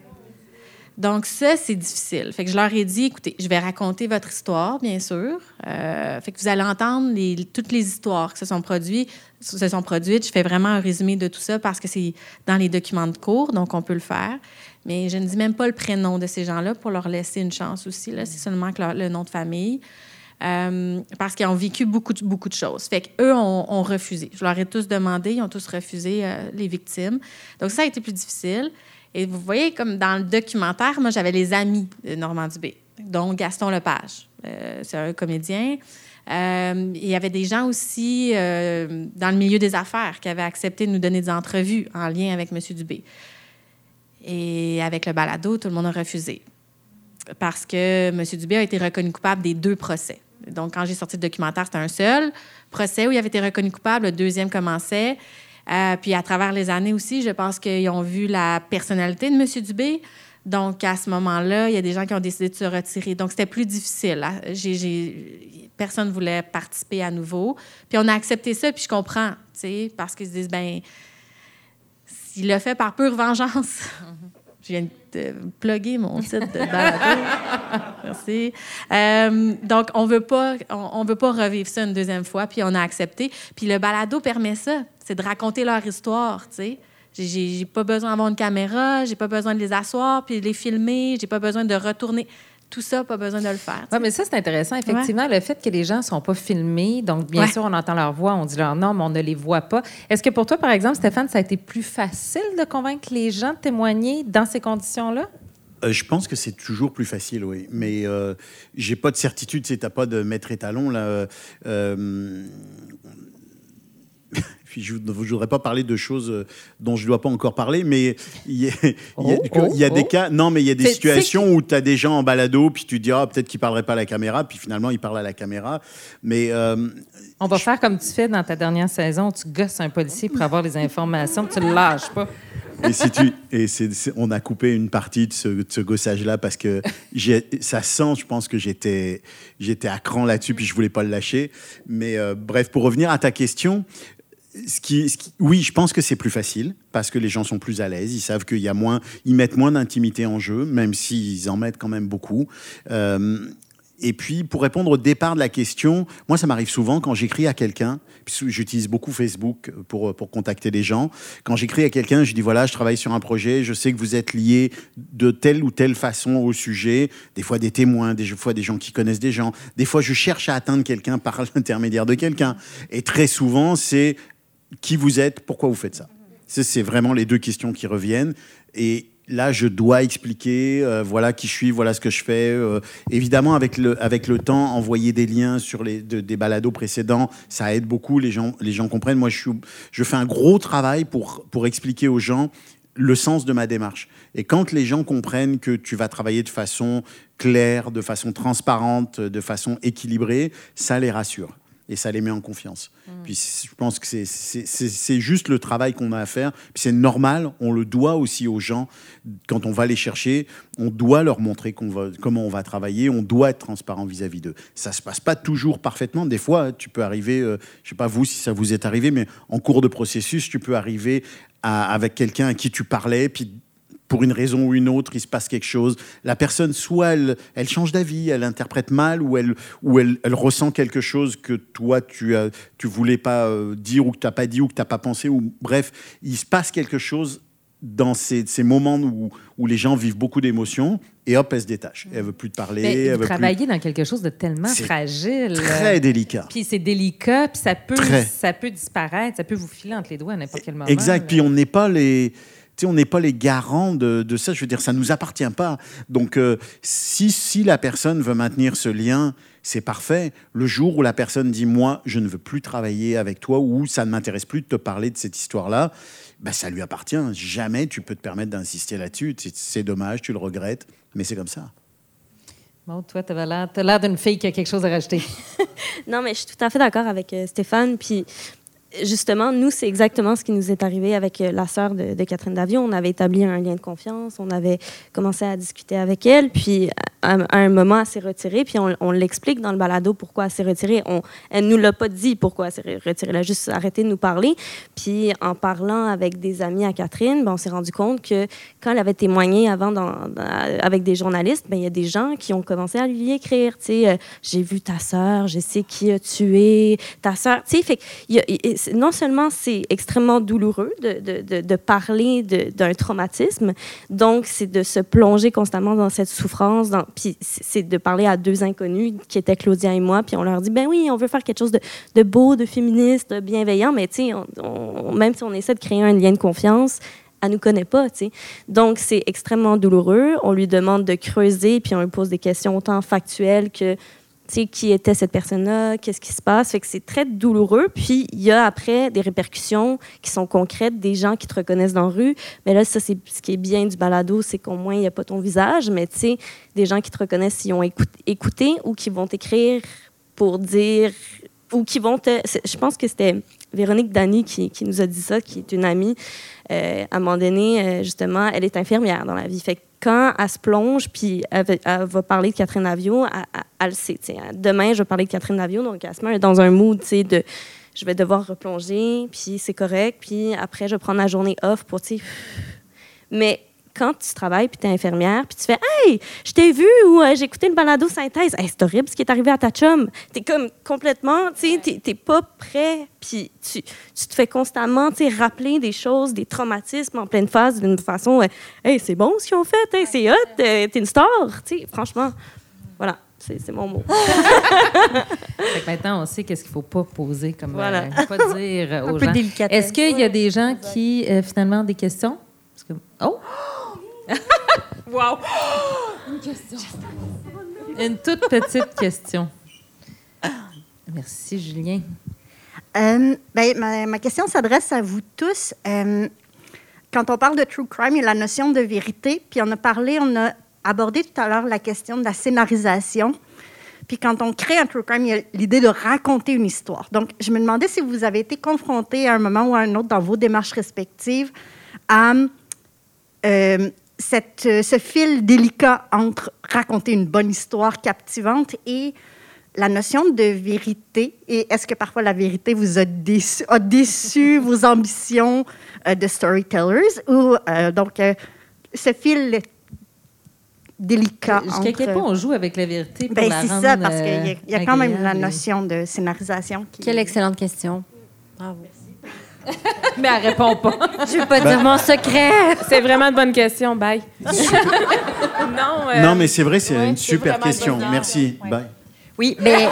Donc, ça, c'est difficile. Fait que je leur ai dit, écoutez, je vais raconter votre histoire, bien sûr. Euh, fait que vous allez entendre les, toutes les histoires qui se sont produites. Se sont produites. Je fais vraiment un résumé de tout ça parce que c'est dans les documents de cours, donc on peut le faire. Mais je ne dis même pas le prénom de ces gens-là pour leur laisser une chance aussi. Là. C'est seulement que leur- le nom de famille. Euh, parce qu'ils ont vécu beaucoup de, beaucoup de choses. Fait qu'eux ont, ont refusé. Je leur ai tous demandé, ils ont tous refusé, euh, les victimes. Donc, ça a été plus difficile. Et vous voyez, comme dans le documentaire, moi, j'avais les amis de Normand Dubé, dont Gaston Lepage. Euh, c'est un comédien. Euh, il y avait des gens aussi euh, dans le milieu des affaires qui avaient accepté de nous donner des entrevues en lien avec M. Dubé. Et avec le balado, tout le monde a refusé. Parce que M. Dubé a été reconnu coupable des deux procès. Donc, quand j'ai sorti le documentaire, c'était un seul procès où il avait été reconnu coupable. Le deuxième commençait. Euh, puis, à travers les années aussi, je pense qu'ils ont vu la personnalité de M. Dubé. Donc, à ce moment-là, il y a des gens qui ont décidé de se retirer. Donc, c'était plus difficile. Hein. J'ai, j'ai... Personne ne voulait participer à nouveau. Puis, on a accepté ça, puis je comprends, tu sais, parce qu'ils se disent, bien, s'il l'a fait par pure vengeance... Je viens de plugger mon titre de balado. Merci. Euh, donc, on veut pas, on, on veut pas revivre ça une deuxième fois, puis on a accepté. Puis le balado permet ça, c'est de raconter leur histoire, tu sais. J'ai, j'ai pas besoin d'avoir une caméra, j'ai pas besoin de les asseoir puis de les filmer, j'ai pas besoin de retourner. Tout ça, pas besoin de le faire. Oui, mais ça, c'est intéressant. Effectivement, ouais. Le fait que les gens ne sont pas filmés, donc bien ouais. sûr, on entend leur voix, on dit leur nom, mais on ne les voit pas. Est-ce que pour toi, par exemple, Stéphane, ça a été plus facile de convaincre les gens de témoigner dans ces conditions-là? Euh, je pense que c'est toujours plus facile, oui. Mais euh, j'ai pas de certitude, tu n'as pas de maître étalon, là. Euh, Puis je ne voudrais pas parler de choses dont je ne dois pas encore parler, mais il y a, oh, il y a, oh, il y a oh. des cas... Non, mais il y a des c'est, situations c'est... où tu as des gens en balado, puis tu te dis, ah, peut-être qu'ils ne parleraient pas à la caméra, puis finalement, ils parlent à la caméra. Mais... Euh, on va je... faire comme tu fais dans ta dernière saison, tu gosses un policier pour avoir les informations, tu ne le lâches pas. Et, si tu, et c'est, c'est, on a coupé une partie de ce, de ce gossage-là parce que j'ai, ça sent, je pense que j'étais, j'étais à cran là-dessus, puis je ne voulais pas le lâcher. Mais euh, bref, pour revenir à ta question... Ce qui, ce qui, oui, je pense que c'est plus facile parce que les gens sont plus à l'aise. Ils savent qu'il y a moins, ils mettent moins d'intimité en jeu, même s'ils en mettent quand même beaucoup. Euh, et puis, pour répondre au départ de la question, moi, ça m'arrive souvent quand j'écris à quelqu'un. J'utilise beaucoup Facebook pour pour contacter les gens. Quand j'écris à quelqu'un, je dis voilà, je travaille sur un projet, je sais que vous êtes liés de telle ou telle façon au sujet. Des fois des témoins, des fois des gens qui connaissent des gens. Des fois, je cherche à atteindre quelqu'un par l'intermédiaire de quelqu'un. Et très souvent, c'est qui vous êtes, pourquoi vous faites ça. C'est, c'est vraiment les deux questions qui reviennent. Et là, je dois expliquer, euh, voilà qui je suis, voilà ce que je fais. Euh, évidemment, avec le, avec le temps, envoyer des liens sur les, de, des balados précédents, ça aide beaucoup, les gens, les gens comprennent. Moi, je, suis, je fais un gros travail pour, pour expliquer aux gens le sens de ma démarche. Et quand les gens comprennent que tu vas travailler de façon claire, de façon transparente, de façon équilibrée, ça les rassure. Et ça les met en confiance. Mmh. Puis je pense que c'est, c'est, c'est, c'est juste le travail qu'on a à faire. Puis c'est normal, on le doit aussi aux gens. Quand on va les chercher, on doit leur montrer qu'on va, comment on va travailler, on doit être transparent vis-à-vis d'eux. Ça ne se passe pas toujours parfaitement. Des fois, tu peux arriver, euh, je ne sais pas vous si ça vous est arrivé, mais en cours de processus, tu peux arriver à, avec quelqu'un à qui tu parlais, puis pour une raison ou une autre, il se passe quelque chose. La personne, soit elle, elle change d'avis, elle interprète mal, ou elle, ou elle, elle ressent quelque chose que toi, tu ne tu voulais pas euh, dire, ou que tu n'as pas dit, ou que tu n'as pas pensé. Ou, bref, il se passe quelque chose dans ces, ces moments où, où les gens vivent beaucoup d'émotions, et hop, elle se détache. Elle ne veut plus te parler. Mais elle vous veut travaillez plus... dans quelque chose de tellement c'est fragile. Très délicat. Puis c'est délicat, puis ça peut, très. ça peut disparaître, ça peut vous filer entre les doigts à n'importe quel moment. Exact, là. Puis on n'est pas les... Tu sais, on n'est pas les garants de, de ça. Je veux dire, ça ne nous appartient pas. Donc, euh, si, si la personne veut maintenir ce lien, c'est parfait. Le jour où la personne dit « moi, je ne veux plus travailler avec toi » ou « ça ne m'intéresse plus de te parler de cette histoire-là », ben, ça lui appartient. Jamais tu peux te permettre d'insister là-dessus. C'est, c'est dommage, tu le regrettes, mais c'est comme ça. Bon, toi, tu as l'air, t'as l'air d'une fille qui a quelque chose à rajouter. Non, mais je suis tout à fait d'accord avec euh, Stéphane. Puis, justement, nous, c'est exactement ce qui nous est arrivé avec la sœur de, de Catherine Davion. On avait établi un lien de confiance, on avait commencé à discuter avec elle, puis à, à un moment, elle s'est retirée, puis on, on l'explique dans le balado pourquoi elle s'est retirée. On, elle ne nous l'a pas dit pourquoi elle s'est retirée, elle a juste arrêté de nous parler. Puis en parlant avec des amis à Catherine, ben, on s'est rendu compte que quand elle avait témoigné avant dans, dans, avec des journalistes, ben, il y a des gens qui ont commencé à lui écrire, tu sais, euh, j'ai vu ta sœur, je sais qui a tué ta sœur, tu sais, fait qu'il y a, non seulement c'est extrêmement douloureux de, de, de, de parler de, d'un traumatisme, donc c'est de se plonger constamment dans cette souffrance, dans, puis c'est de parler à deux inconnus qui étaient Claudia et moi, puis on leur dit, ben oui, on veut faire quelque chose de, de beau, de féministe, de bienveillant, mais tu sais, on, on, même si on essaie de créer un lien de confiance, elle nous connaît pas, tu sais. Donc, c'est extrêmement douloureux. On lui demande de creuser, puis on lui pose des questions autant factuelles que tu sais, qui était cette personne-là, qu'est-ce qui se passe. Fait que c'est très douloureux. Puis, il y a après des répercussions qui sont concrètes, des gens qui te reconnaissent dans la rue. Mais là, ça, c'est ce qui est bien du balado, c'est qu'au moins, il n'y a pas ton visage, mais tu sais, des gens qui te reconnaissent s'ils ont écout- écouté ou qui vont t'écrire pour dire... ou qui vont te... Je pense que c'était Véronique Dany qui, qui nous a dit ça, qui est une amie. Euh, à un moment donné, euh, justement, elle est infirmière dans la vie. Fait que quand elle se plonge, puis elle, elle va parler de Catherine Davion, elle, elle, elle le sait. T'sais. Demain, je vais parler de Catherine Davion, donc elle se met dans un mood de je vais devoir replonger, puis c'est correct, puis après, je vais prendre la journée off pour, tu sais... Mais quand tu travailles, puis tu es infirmière, puis tu fais « Hey, je t'ai vu » ou euh, « J'ai écouté le balado synthèse. Hey, » c'est horrible ce qui est arrivé à ta chum. Tu es comme complètement, tu sais, tu n'es pas prêt, puis tu, tu te fais constamment, tu sais, rappeler des choses, des traumatismes en pleine phase d'une façon euh, « Hey, c'est bon ce qu'ils ont fait, hey, c'est hot, euh, t'es une star. » Tu sais, franchement, voilà. C'est, c'est mon mot. Fait que maintenant, on sait qu'est-ce qu'il ne faut pas poser comme... Voilà. Euh, pas dire aux Un peu gens. délicatesse. Est-ce qu'il y a des gens qui, euh, finalement, ont des questions? Parce que... Oh! Wow! Une question. Une toute petite question. Merci, Julien. Euh, ben, ma, ma question s'adresse à vous tous. Euh, quand on parle de true crime, il y a la notion de vérité. Puis on a parlé, on a abordé tout à l'heure la question de la scénarisation. Puis quand on crée un true crime, il y a l'idée de raconter une histoire. Donc, je me demandais si vous avez été confrontés à un moment ou à un autre dans vos démarches respectives à euh, cette, ce fil délicat entre raconter une bonne histoire captivante et la notion de vérité, et est-ce que parfois la vérité vous a déçu, a déçu vos ambitions euh, de storytellers, ou euh, donc euh, ce fil délicat Jusqu'à entre... quel point on jout avec la vérité pour ben, la c'est rendre ça, parce qu'il y a, il y a quand même la agréable et- notion de scénarisation qui... Quelle excellente question. Bravo. Mais elle répond pas. Je veux pas Ben- dire mon secret. C'est vraiment de bonnes questions. Bye. non, euh, Non, mais c'est vrai, c'est ouais, une c'est super vraiment question. bonheur. Merci. Ouais. Bye. Oui, mais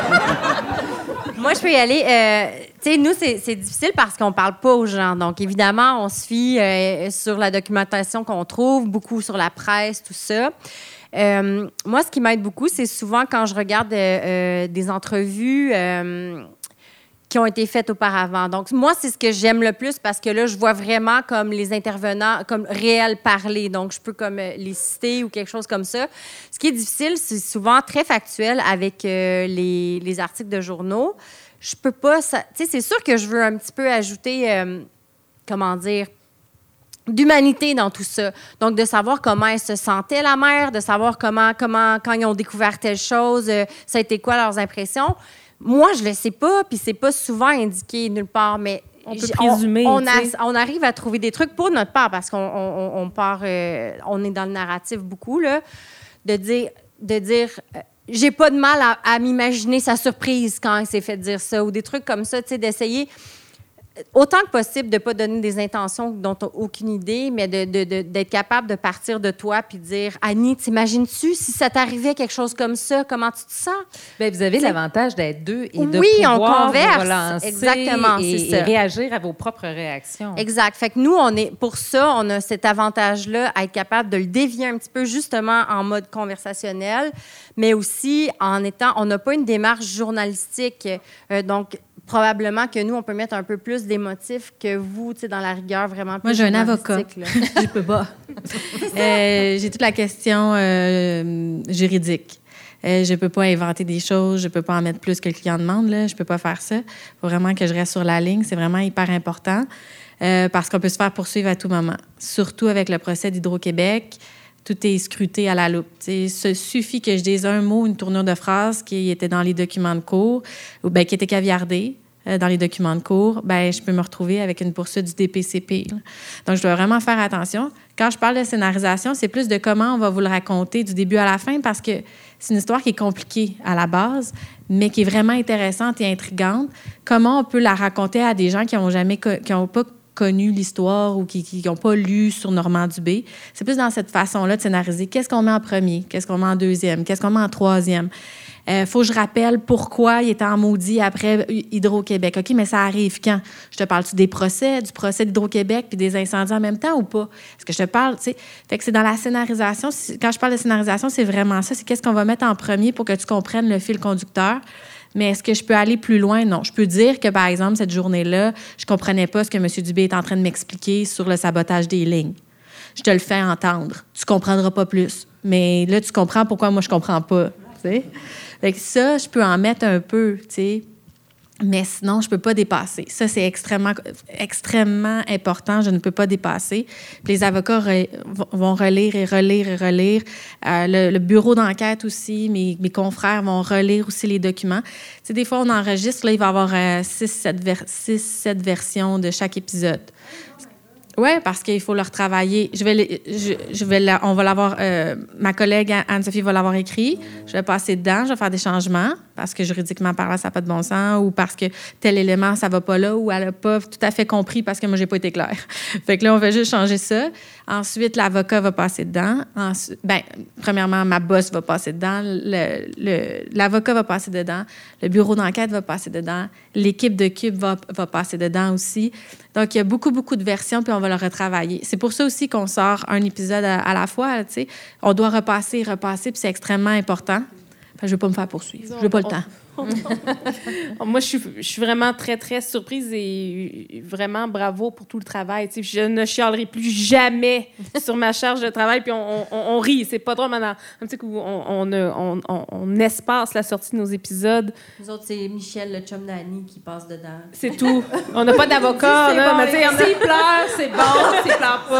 moi, je peux y aller. Euh, tu sais, nous, c'est, c'est difficile parce qu'on parle pas aux gens. Donc, évidemment, on se fie euh, sur la documentation qu'on trouve, beaucoup sur la presse, tout ça. Euh, moi, ce qui m'aide beaucoup, c'est souvent quand je regarde euh, euh, des entrevues euh, qui ont été faites auparavant. Donc, moi, c'est ce que j'aime le plus parce que là, je vois vraiment comme les intervenants, comme réels parler. Donc, je peux comme euh, les citer ou quelque chose comme ça. Ce qui est difficile, c'est souvent très factuel avec euh, les, les articles de journaux. Je peux pas... Tu sais, c'est sûr que je veux un petit peu ajouter, euh, comment dire, d'humanité dans tout ça. Donc, de savoir comment elle se sentait, la mère, de savoir comment, comment quand ils ont découvert telle chose, euh, ça a été quoi leurs impressions. Moi, je le sais pas, puis c'est pas souvent indiqué nulle part, mais On peut j- présumer, On, on, tu a- sais. on arrive à trouver des trucs pour notre part parce qu'on on, on part, euh, on est dans le narratif beaucoup là, de dire, de dire, euh, j'ai pas de mal à, à m'imaginer sa surprise quand il s'est fait dire ça ou des trucs comme ça, tu sais, d'essayer autant que possible de ne pas donner des intentions dont tu n'as aucune idée, mais de, de- de- d'être capable de partir de toi puis de dire « Annie, t'imagines-tu si ça t'arrivait quelque chose comme ça, comment tu te sens? » Bien, vous avez T'sais, l'avantage d'être deux et de oui, on pouvoir converse. vous relancer Exactement, et, c'est et ça. réagir à vos propres réactions. Exact. Fait que nous, on est, pour ça, on a cet avantage-là à être capable de le dévier un petit peu justement en mode conversationnel, mais aussi en étant, on n'a pas une démarche journalistique. Euh, donc, probablement que nous, on peut mettre un peu plus d'émotifs que vous, tu sais, dans la rigueur vraiment plus Moi, j'ai un avocat. journalistique, là. Je peux pas. Euh, j'ai toute la question euh, juridique. Euh, je peux pas inventer des choses, je peux pas en mettre plus que le client demande, là. Je peux pas faire ça. Il faut vraiment que je reste sur la ligne. C'est vraiment hyper important euh, parce qu'on peut se faire poursuivre à tout moment. Surtout avec le procès d'Hydro-Québec, tout est scruté à la loupe. Il suffit que je dise un mot, une tournure de phrase qui était dans les documents de cours ou bien qui était caviardé euh, dans les documents de cours, ben je peux me retrouver avec une poursuite du D P C P. Là. Donc, je dois vraiment faire attention. Quand je parle de scénarisation, c'est plus de comment on va vous le raconter du début à la fin parce que c'est une histoire qui est compliquée à la base, mais qui est vraiment intéressante et intrigante. Comment on peut la raconter à des gens qui n'ont jamais, co- qui n'ont pas connu l'histoire ou qui n'ont pas lu sur Normand Dubé. C'est plus dans cette façon-là de scénariser. Qu'est-ce qu'on met en premier? Qu'est-ce qu'on met en deuxième? Qu'est-ce qu'on met en troisième? Il euh, faut que je rappelle pourquoi il était en maudit après Hydro-Québec. OK, mais ça arrive quand? Je te parle-tu des procès, du procès d'Hydro-Québec puis des incendies en même temps ou pas? Est-ce que je te parle, tu sais? Fait que c'est dans la scénarisation. Quand je parle de scénarisation, c'est vraiment ça. C'est qu'est-ce qu'on va mettre en premier pour que tu comprennes le fil conducteur. Mais est-ce que je peux aller plus loin? Non. Je peux dire que, par exemple, cette journée-là, je ne comprenais pas ce que M. Dubé est en train de m'expliquer sur le sabotage des lignes. Je te le fais entendre. Tu ne comprendras pas plus. Mais là, tu comprends pourquoi moi, je ne comprends pas. T'sais? Fait que ça, je peux en mettre un peu, tu sais. Mais sinon, je ne peux pas dépasser. Ça, c'est extrêmement, extrêmement important. Je ne peux pas dépasser. Puis les avocats re, vont relire et relire et relire. Euh, le, le bureau d'enquête aussi, mes, mes confrères vont relire aussi les documents. Tu sais, des fois, on enregistre, là, il va y avoir euh, six, sept, ver- six, sept versions de chaque épisode. Oui, parce qu'il faut le retravailler. Je vais, les, je, je vais la, on va l'avoir, euh, ma collègue Anne-Sophie va l'avoir écrit. Je vais passer dedans, je vais faire des changements parce que juridiquement parlant, ça n'a pas de bon sens ou parce que tel élément, ça ne va pas là ou elle n'a pas tout à fait compris parce que moi, je n'ai pas été claire. Fait que là, on va juste changer ça. Ensuite, l'avocat va passer dedans. Ensuite, ben, premièrement, ma boss va passer dedans. Le, le, l'avocat va passer dedans. Le bureau d'enquête va passer dedans. L'équipe de Cube va, va passer dedans aussi. Donc, il y a beaucoup, beaucoup de versions, puis on va le retravailler. C'est pour ça aussi qu'on sort un épisode à, à la fois, tu sais. On doit repasser, repasser, puis c'est extrêmement important. Enfin, je ne veux pas me faire poursuivre. Je n'ai pas le temps. Moi, je suis, je suis vraiment très, très surprise et vraiment bravo pour tout le travail. Tu sais, je ne chialerai plus jamais sur ma charge de travail, puis on, on, on rit. C'est pas drôle, maintenant. Un petit coup, on, on, on, on, on espace la sortie de nos épisodes. Nous autres, c'est Michel, le chum d'Annie, qui passe dedans. C'est tout. On n'a pas d'avocat. C'est là, bon, mais tu sais, on a- s'il pleure, c'est bon. S'il pleure pas, on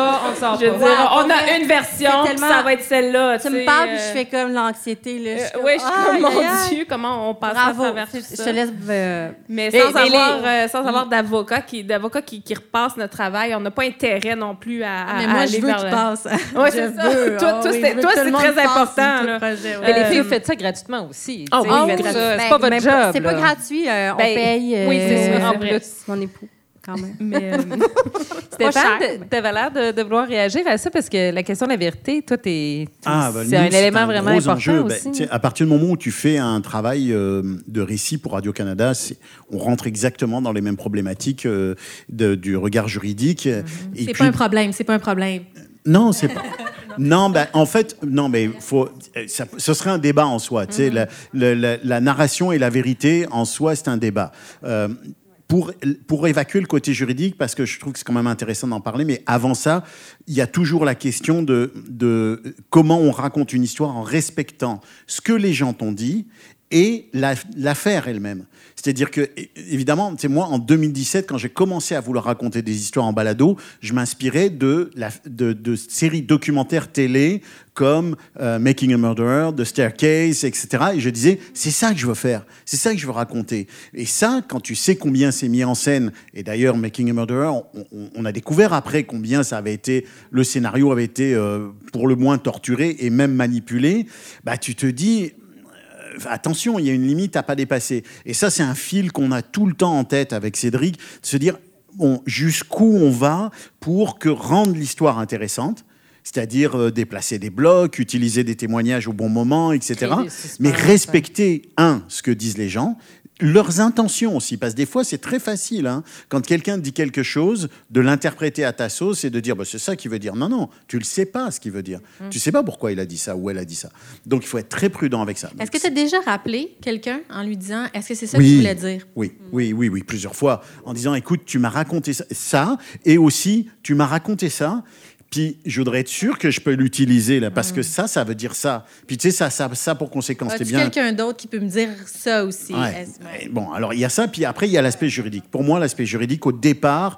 sort Je veux pas. dire, Ouais, on pour a vrai, une version, c'est puis tellement- ça va être celle-là. Tu tu me sais, parles, euh, puis je fais comme l'anxiété. Là. Je suis euh, comme, ouais, je suis comme, aïe, mon aïe, aïe. Dieu, comment on passe à Bravo. travers tout Je ça. te laisse... euh, Mais Mais- sans mais avoir, les- euh, sans avoir d'avocat qui, d'avocat qui, qui repasse notre travail, on n'a pas intérêt non plus à, à Mais moi, à je aller veux vers qu'il le- passe. Ouais, Je c'est ça. veux. Toi, Ah toi, oui, c'est, je veux toi, que tout c'est le très monde passe important. sur Là. le projet, ouais. Mais les Euh, filles, vous faites ça gratuitement aussi. Ah tu sais, oui, vous oui, faites oui. ça. ben, C'est pas votre ben, job. C'est pas là. gratuit. euh, on Ben, paye. oui, c'est euh, ça, en c'est vrai. plus. Mon époux, quand même. Mais, euh, Stéphane, cher, tu avais l'air de, de vouloir réagir à ça parce que la question de la vérité, toi, t'es, t'es- Ah, bah, c'est nous, un élément vraiment gros important enjeu. Ben, aussi. tu sais, à partir du moment où tu fais un travail euh, de récit pour Radio-Canada, c'est- on rentre exactement dans les mêmes problématiques euh, de- du regard juridique. Et C'est puis- pas un problème, c'est pas un problème. Non, c'est pas. Non, ben, en fait, non, mais faut, ça, ce serait un débat en soi. Tu sais, la, la- la- la narration et la vérité, en soi, c'est un débat. Euh, pour, pour évacuer le côté juridique, parce que je trouve que c'est quand même intéressant d'en parler, mais avant ça, il y a toujours la question de, de comment on raconte une histoire en respectant ce que les gens t'ont dit et la- l'affaire elle-même. C'est-à-dire que, é- évidemment, c'est moi, en deux mille dix-sept, quand j'ai commencé à vouloir raconter des histoires en balado, je m'inspirais de, la, de, de séries documentaires télé comme euh, Making a Murderer, The Staircase, et cetera. Et je disais, c'est ça que je veux faire, c'est ça que je veux raconter. Et ça, quand tu sais combien c'est mis en scène, et d'ailleurs, Making a Murderer, on, on- on a découvert après combien ça avait été, le scénario avait été euh, pour le moins torturé et même manipulé, bah, tu te dis... Attention, il y a une limite à pas dépasser. Et ça, c'est un fil qu'on a tout le temps en tête avec Cédric, de se dire bon, jusqu'où on va pour que rendre l'histoire intéressante, c'est-à-dire euh, déplacer des blocs, utiliser des témoignages au bon moment, et cetera. Créer des suspens, Mais respecter, un, ce que disent les gens, leurs intentions aussi, parce que des fois, c'est très facile, hein, quand quelqu'un dit quelque chose, de l'interpréter à ta sauce et de dire bah, c'est ça qu'il veut dire. Non, non, tu le sais pas ce qu'il veut dire. Mm. Tu sais pas pourquoi il a dit ça ou elle a dit ça. Donc, il faut être très prudent avec ça. Est-ce que tu as déjà rappelé quelqu'un en lui disant est-ce que c'est ça Oui. que tu voulais dire? Oui, oui, oui, oui, plusieurs fois, en disant, écoute, tu m'as raconté ça, ça, et aussi, tu m'as raconté ça, puis je voudrais être sûr que je peux l'utiliser, là, parce que ça, ça veut dire ça. Puis tu sais, ça, ça, ça pour conséquence, c'est As-tu bien... quelqu'un d'autre qui peut me dire ça aussi? Ouais. Est-ce- ouais. Et Bon, alors il y a ça, puis après, il y a l'aspect juridique. Pour moi, l'aspect juridique, au départ,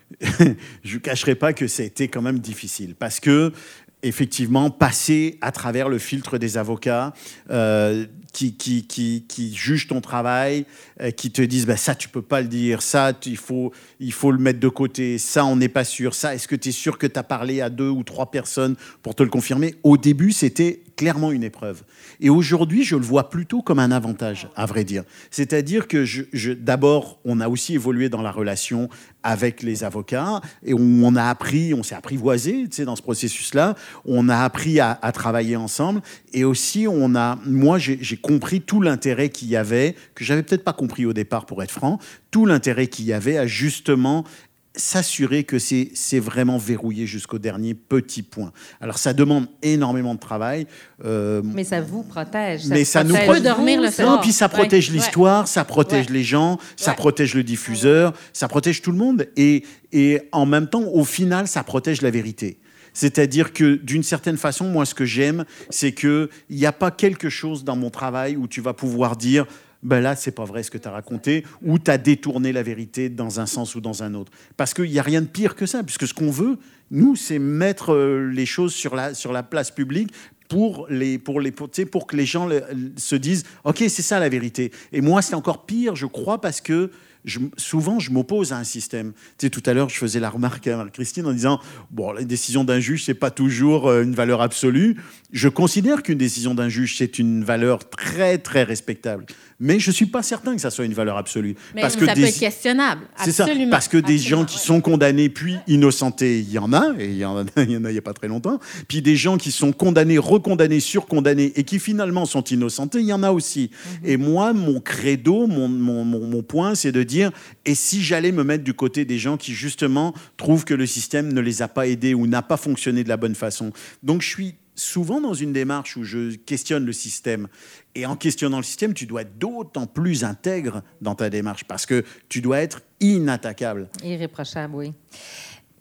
je ne cacherai pas que ça a été quand même difficile, parce que effectivement, passer à travers le filtre des avocats euh, qui, qui, qui, qui jugent ton travail, euh, qui te disent bah, ça, tu peux pas le dire, ça, tu- il faut, il faut le mettre de côté, ça, on n'est pas sûr, ça, est-ce que tu es sûr que tu as parlé à deux ou trois personnes pour te le confirmer? Au début, c'était clairement une épreuve. Et aujourd'hui, je le vois plutôt comme un avantage, à vrai dire. C'est-à-dire que je, je, d'abord, on a aussi évolué dans la relation avec les avocats et on, on a appris, on s'est apprivoisé, tu sais, dans ce processus-là. On a appris à, à travailler ensemble et aussi, on a, moi, j'ai, j'ai compris tout l'intérêt qu'il y avait, que j'avais peut-être pas compris au départ, pour être franc, tout l'intérêt qu'il y avait à justement s'assurer que c'est, c'est vraiment verrouillé jusqu'au dernier petit point. Alors, ça demande énormément de travail. euh, Mais ça vous protège. mais ça nous protège protège. peut dormir le vous, soir. Non, puis ça protège Ouais. l'histoire, ça protège Ouais. les gens, ça Ouais. protège le diffuseur, ça protège tout le monde. Et, et en même temps, au final, ça protège la vérité. C'est-à-dire que, d'une certaine façon, moi, ce que j'aime, c'est qu'il n'y a pas quelque chose dans mon travail où tu vas pouvoir dire ben là, c'est pas vrai ce que tu as raconté, ou tu as détourné la vérité dans un sens ou dans un autre. Parce qu'il n'y a rien de pire que ça, puisque ce qu'on veut, nous, c'est mettre euh, les choses sur la, sur la place publique pour, les, pour, les, pour, tu sais, pour que les gens le- se disent « Ok, c'est ça la vérité ». Et moi, c'est encore pire, je crois, parce que je, souvent, je m'oppose à un système. Tu sais, tout à l'heure, je faisais la remarque à Christine en disant « Bon, la décision d'un juge, c'est pas toujours euh, une valeur absolue ». Je considère qu'une décision d'un juge, c'est une valeur très, très respectable. Mais je ne suis pas certain que ça soit une valeur absolue. Mais parce ça que peut des... être questionnable. C'est ça, Absolument. parce que des Absolument, gens qui ouais. sont condamnés puis innocentés, il y en a, et il y en a, il y en a il n'y a pas très longtemps. Puis des gens qui sont condamnés, recondamnés, surcondamnés, et qui finalement sont innocentés, il y en a aussi. Mm-hmm. Et moi, mon credo, mon, mon, mon, mon point, c'est de dire, et si j'allais me mettre du côté des gens qui justement trouvent que le système ne les a pas aidés ou n'a pas fonctionné de la bonne façon. Donc je suis souvent dans une démarche où je questionne le système. Et en questionnant le système, tu dois être d'autant plus intègre dans ta démarche parce que tu dois être inattaquable. Irréprochable, oui.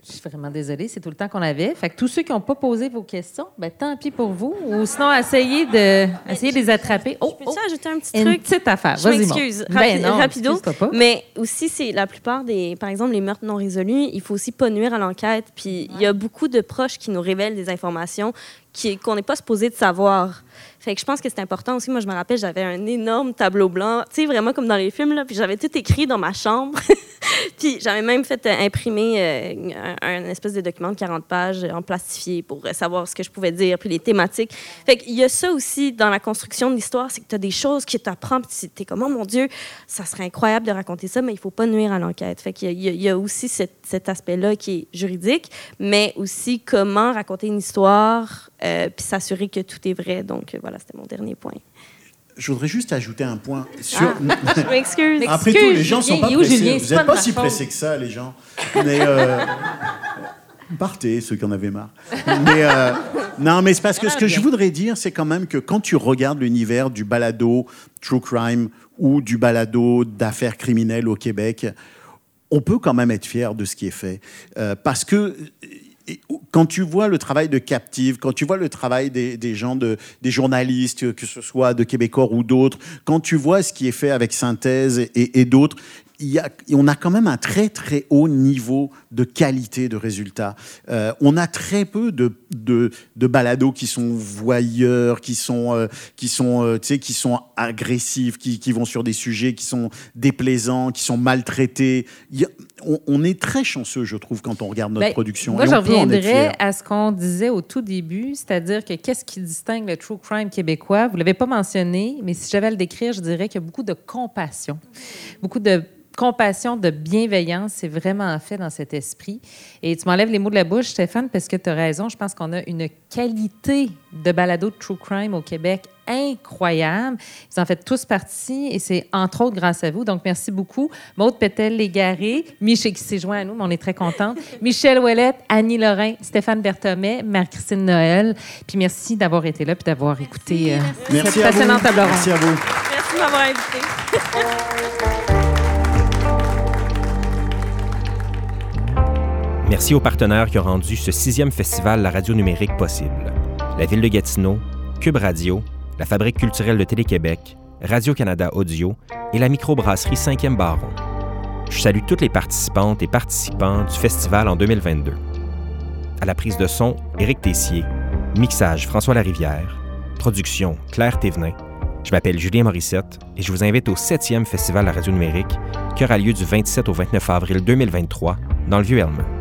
Je suis vraiment désolée, c'est tout le temps qu'on avait. Fait que tous ceux qui n'ont pas posé vos questions, ben tant pis pour vous. Ou sinon, essayez de, essayez de les attraper. Oh, Peux-tu oh, ajouter un petit une truc? petite affaire. Je Vas-y, m'excuse. Maud. Rapi- Ben non, rapido. excuse-toi pas. Mais aussi, c'est la plupart des... Par exemple, les meurtres non résolus, il faut aussi pas nuire à l'enquête. Puis il y a beaucoup de proches qui nous révèlent des informations qui, qu'on n'est pas supposé de savoir. Fait que je pense que c'est important aussi. Moi, je me rappelle, j'avais un énorme tableau blanc, tu sais, vraiment comme dans les films, là, puis j'avais tout écrit dans ma chambre. Puis j'avais même fait euh, imprimer euh, un, un espèce de document de quarante pages en plastifié pour euh, savoir ce que je pouvais dire, puis les thématiques. Fait qu'il y a ça aussi dans la construction de l'histoire, c'est que tu as des choses que tu apprends, puis tu es comme, oh mon Dieu, ça serait incroyable de raconter ça, mais il faut pas nuire à l'enquête. Fait qu'il y a, il y a aussi cet, cet aspect-là qui est juridique, mais aussi comment raconter une histoire, euh, puis s'assurer que tout est vrai. Donc euh, voilà, c'était mon dernier point. Je voudrais juste ajouter un point sur. Ah, je m'excuse. Après tout, les gens ne sont pas pressés. Vous n'êtes pas si pressés que ça, les gens. Mais euh, partez, ceux qui en avaient marre. Mais euh, non, mais c'est parce que ce que je voudrais dire, c'est quand même que quand tu regardes l'univers du balado true crime ou du balado d'affaires criminelles au Québec, on peut quand même être fier de ce qui est fait, euh, parce que. Et quand tu vois le travail de Captive, quand tu vois le travail des, des gens, de, des journalistes, que ce soit de Québécois ou d'autres, quand tu vois ce qui est fait avec Synthèse et, et d'autres, il y a, on a quand même un très, très haut niveau de qualité de résultats. Euh, on a très peu de, de, de balados qui sont voyeurs, qui sont, euh, qui sont, euh, tu sais, qui sont agressifs, qui, qui vont sur des sujets qui sont déplaisants, qui sont maltraités. Il y a, on, on est très chanceux, je trouve, quand on regarde notre ben, production. Moi, et je on peut en être reviendrais fier. à ce qu'on disait au tout début, c'est-à-dire que qu'est-ce qui distingue le true crime québécois? Vous ne l'avez pas mentionné, mais si j'avais à le décrire, je dirais qu'il y a beaucoup de compassion. Beaucoup de compassion, de bienveillance, c'est vraiment fait dans cet esprit. Et tu m'enlèves les mots de la bouche, Stéphane, parce que tu as raison. Je pense qu'on a une qualité de balado de true crime au Québec incroyable. Vous en faites tous partie et c'est entre autres grâce à vous. Donc, merci beaucoup. Maude Pétel-Légaré, Michel qui s'est joint à nous, mais on est très contente. Michel Ouellette, Annie Lorrain, Stéphane Berthomet, Marie-Christine Noël. Puis merci d'avoir été là puis d'avoir écouté euh, Merci cette à vous. passionnante table ronde. Merci à vous. Merci de m'avoir invité. Merci aux partenaires qui ont rendu ce sixième festival La Radio numérique possible. La Ville de Gatineau, Cube Radio, la Fabrique culturelle de Télé-Québec, Radio-Canada Audio et la microbrasserie cinquième Baron. Je salue toutes les participantes et participants du festival en deux mille vingt-deux. À la prise de son, Éric Tessier. Mixage, François Larivière. Production, Claire Thévenin. Je m'appelle Julien Morissette et je vous invite au septième festival La Radio numérique qui aura lieu du vingt-sept au vingt-neuf avril deux mille vingt-trois dans le Vieux-Helmer.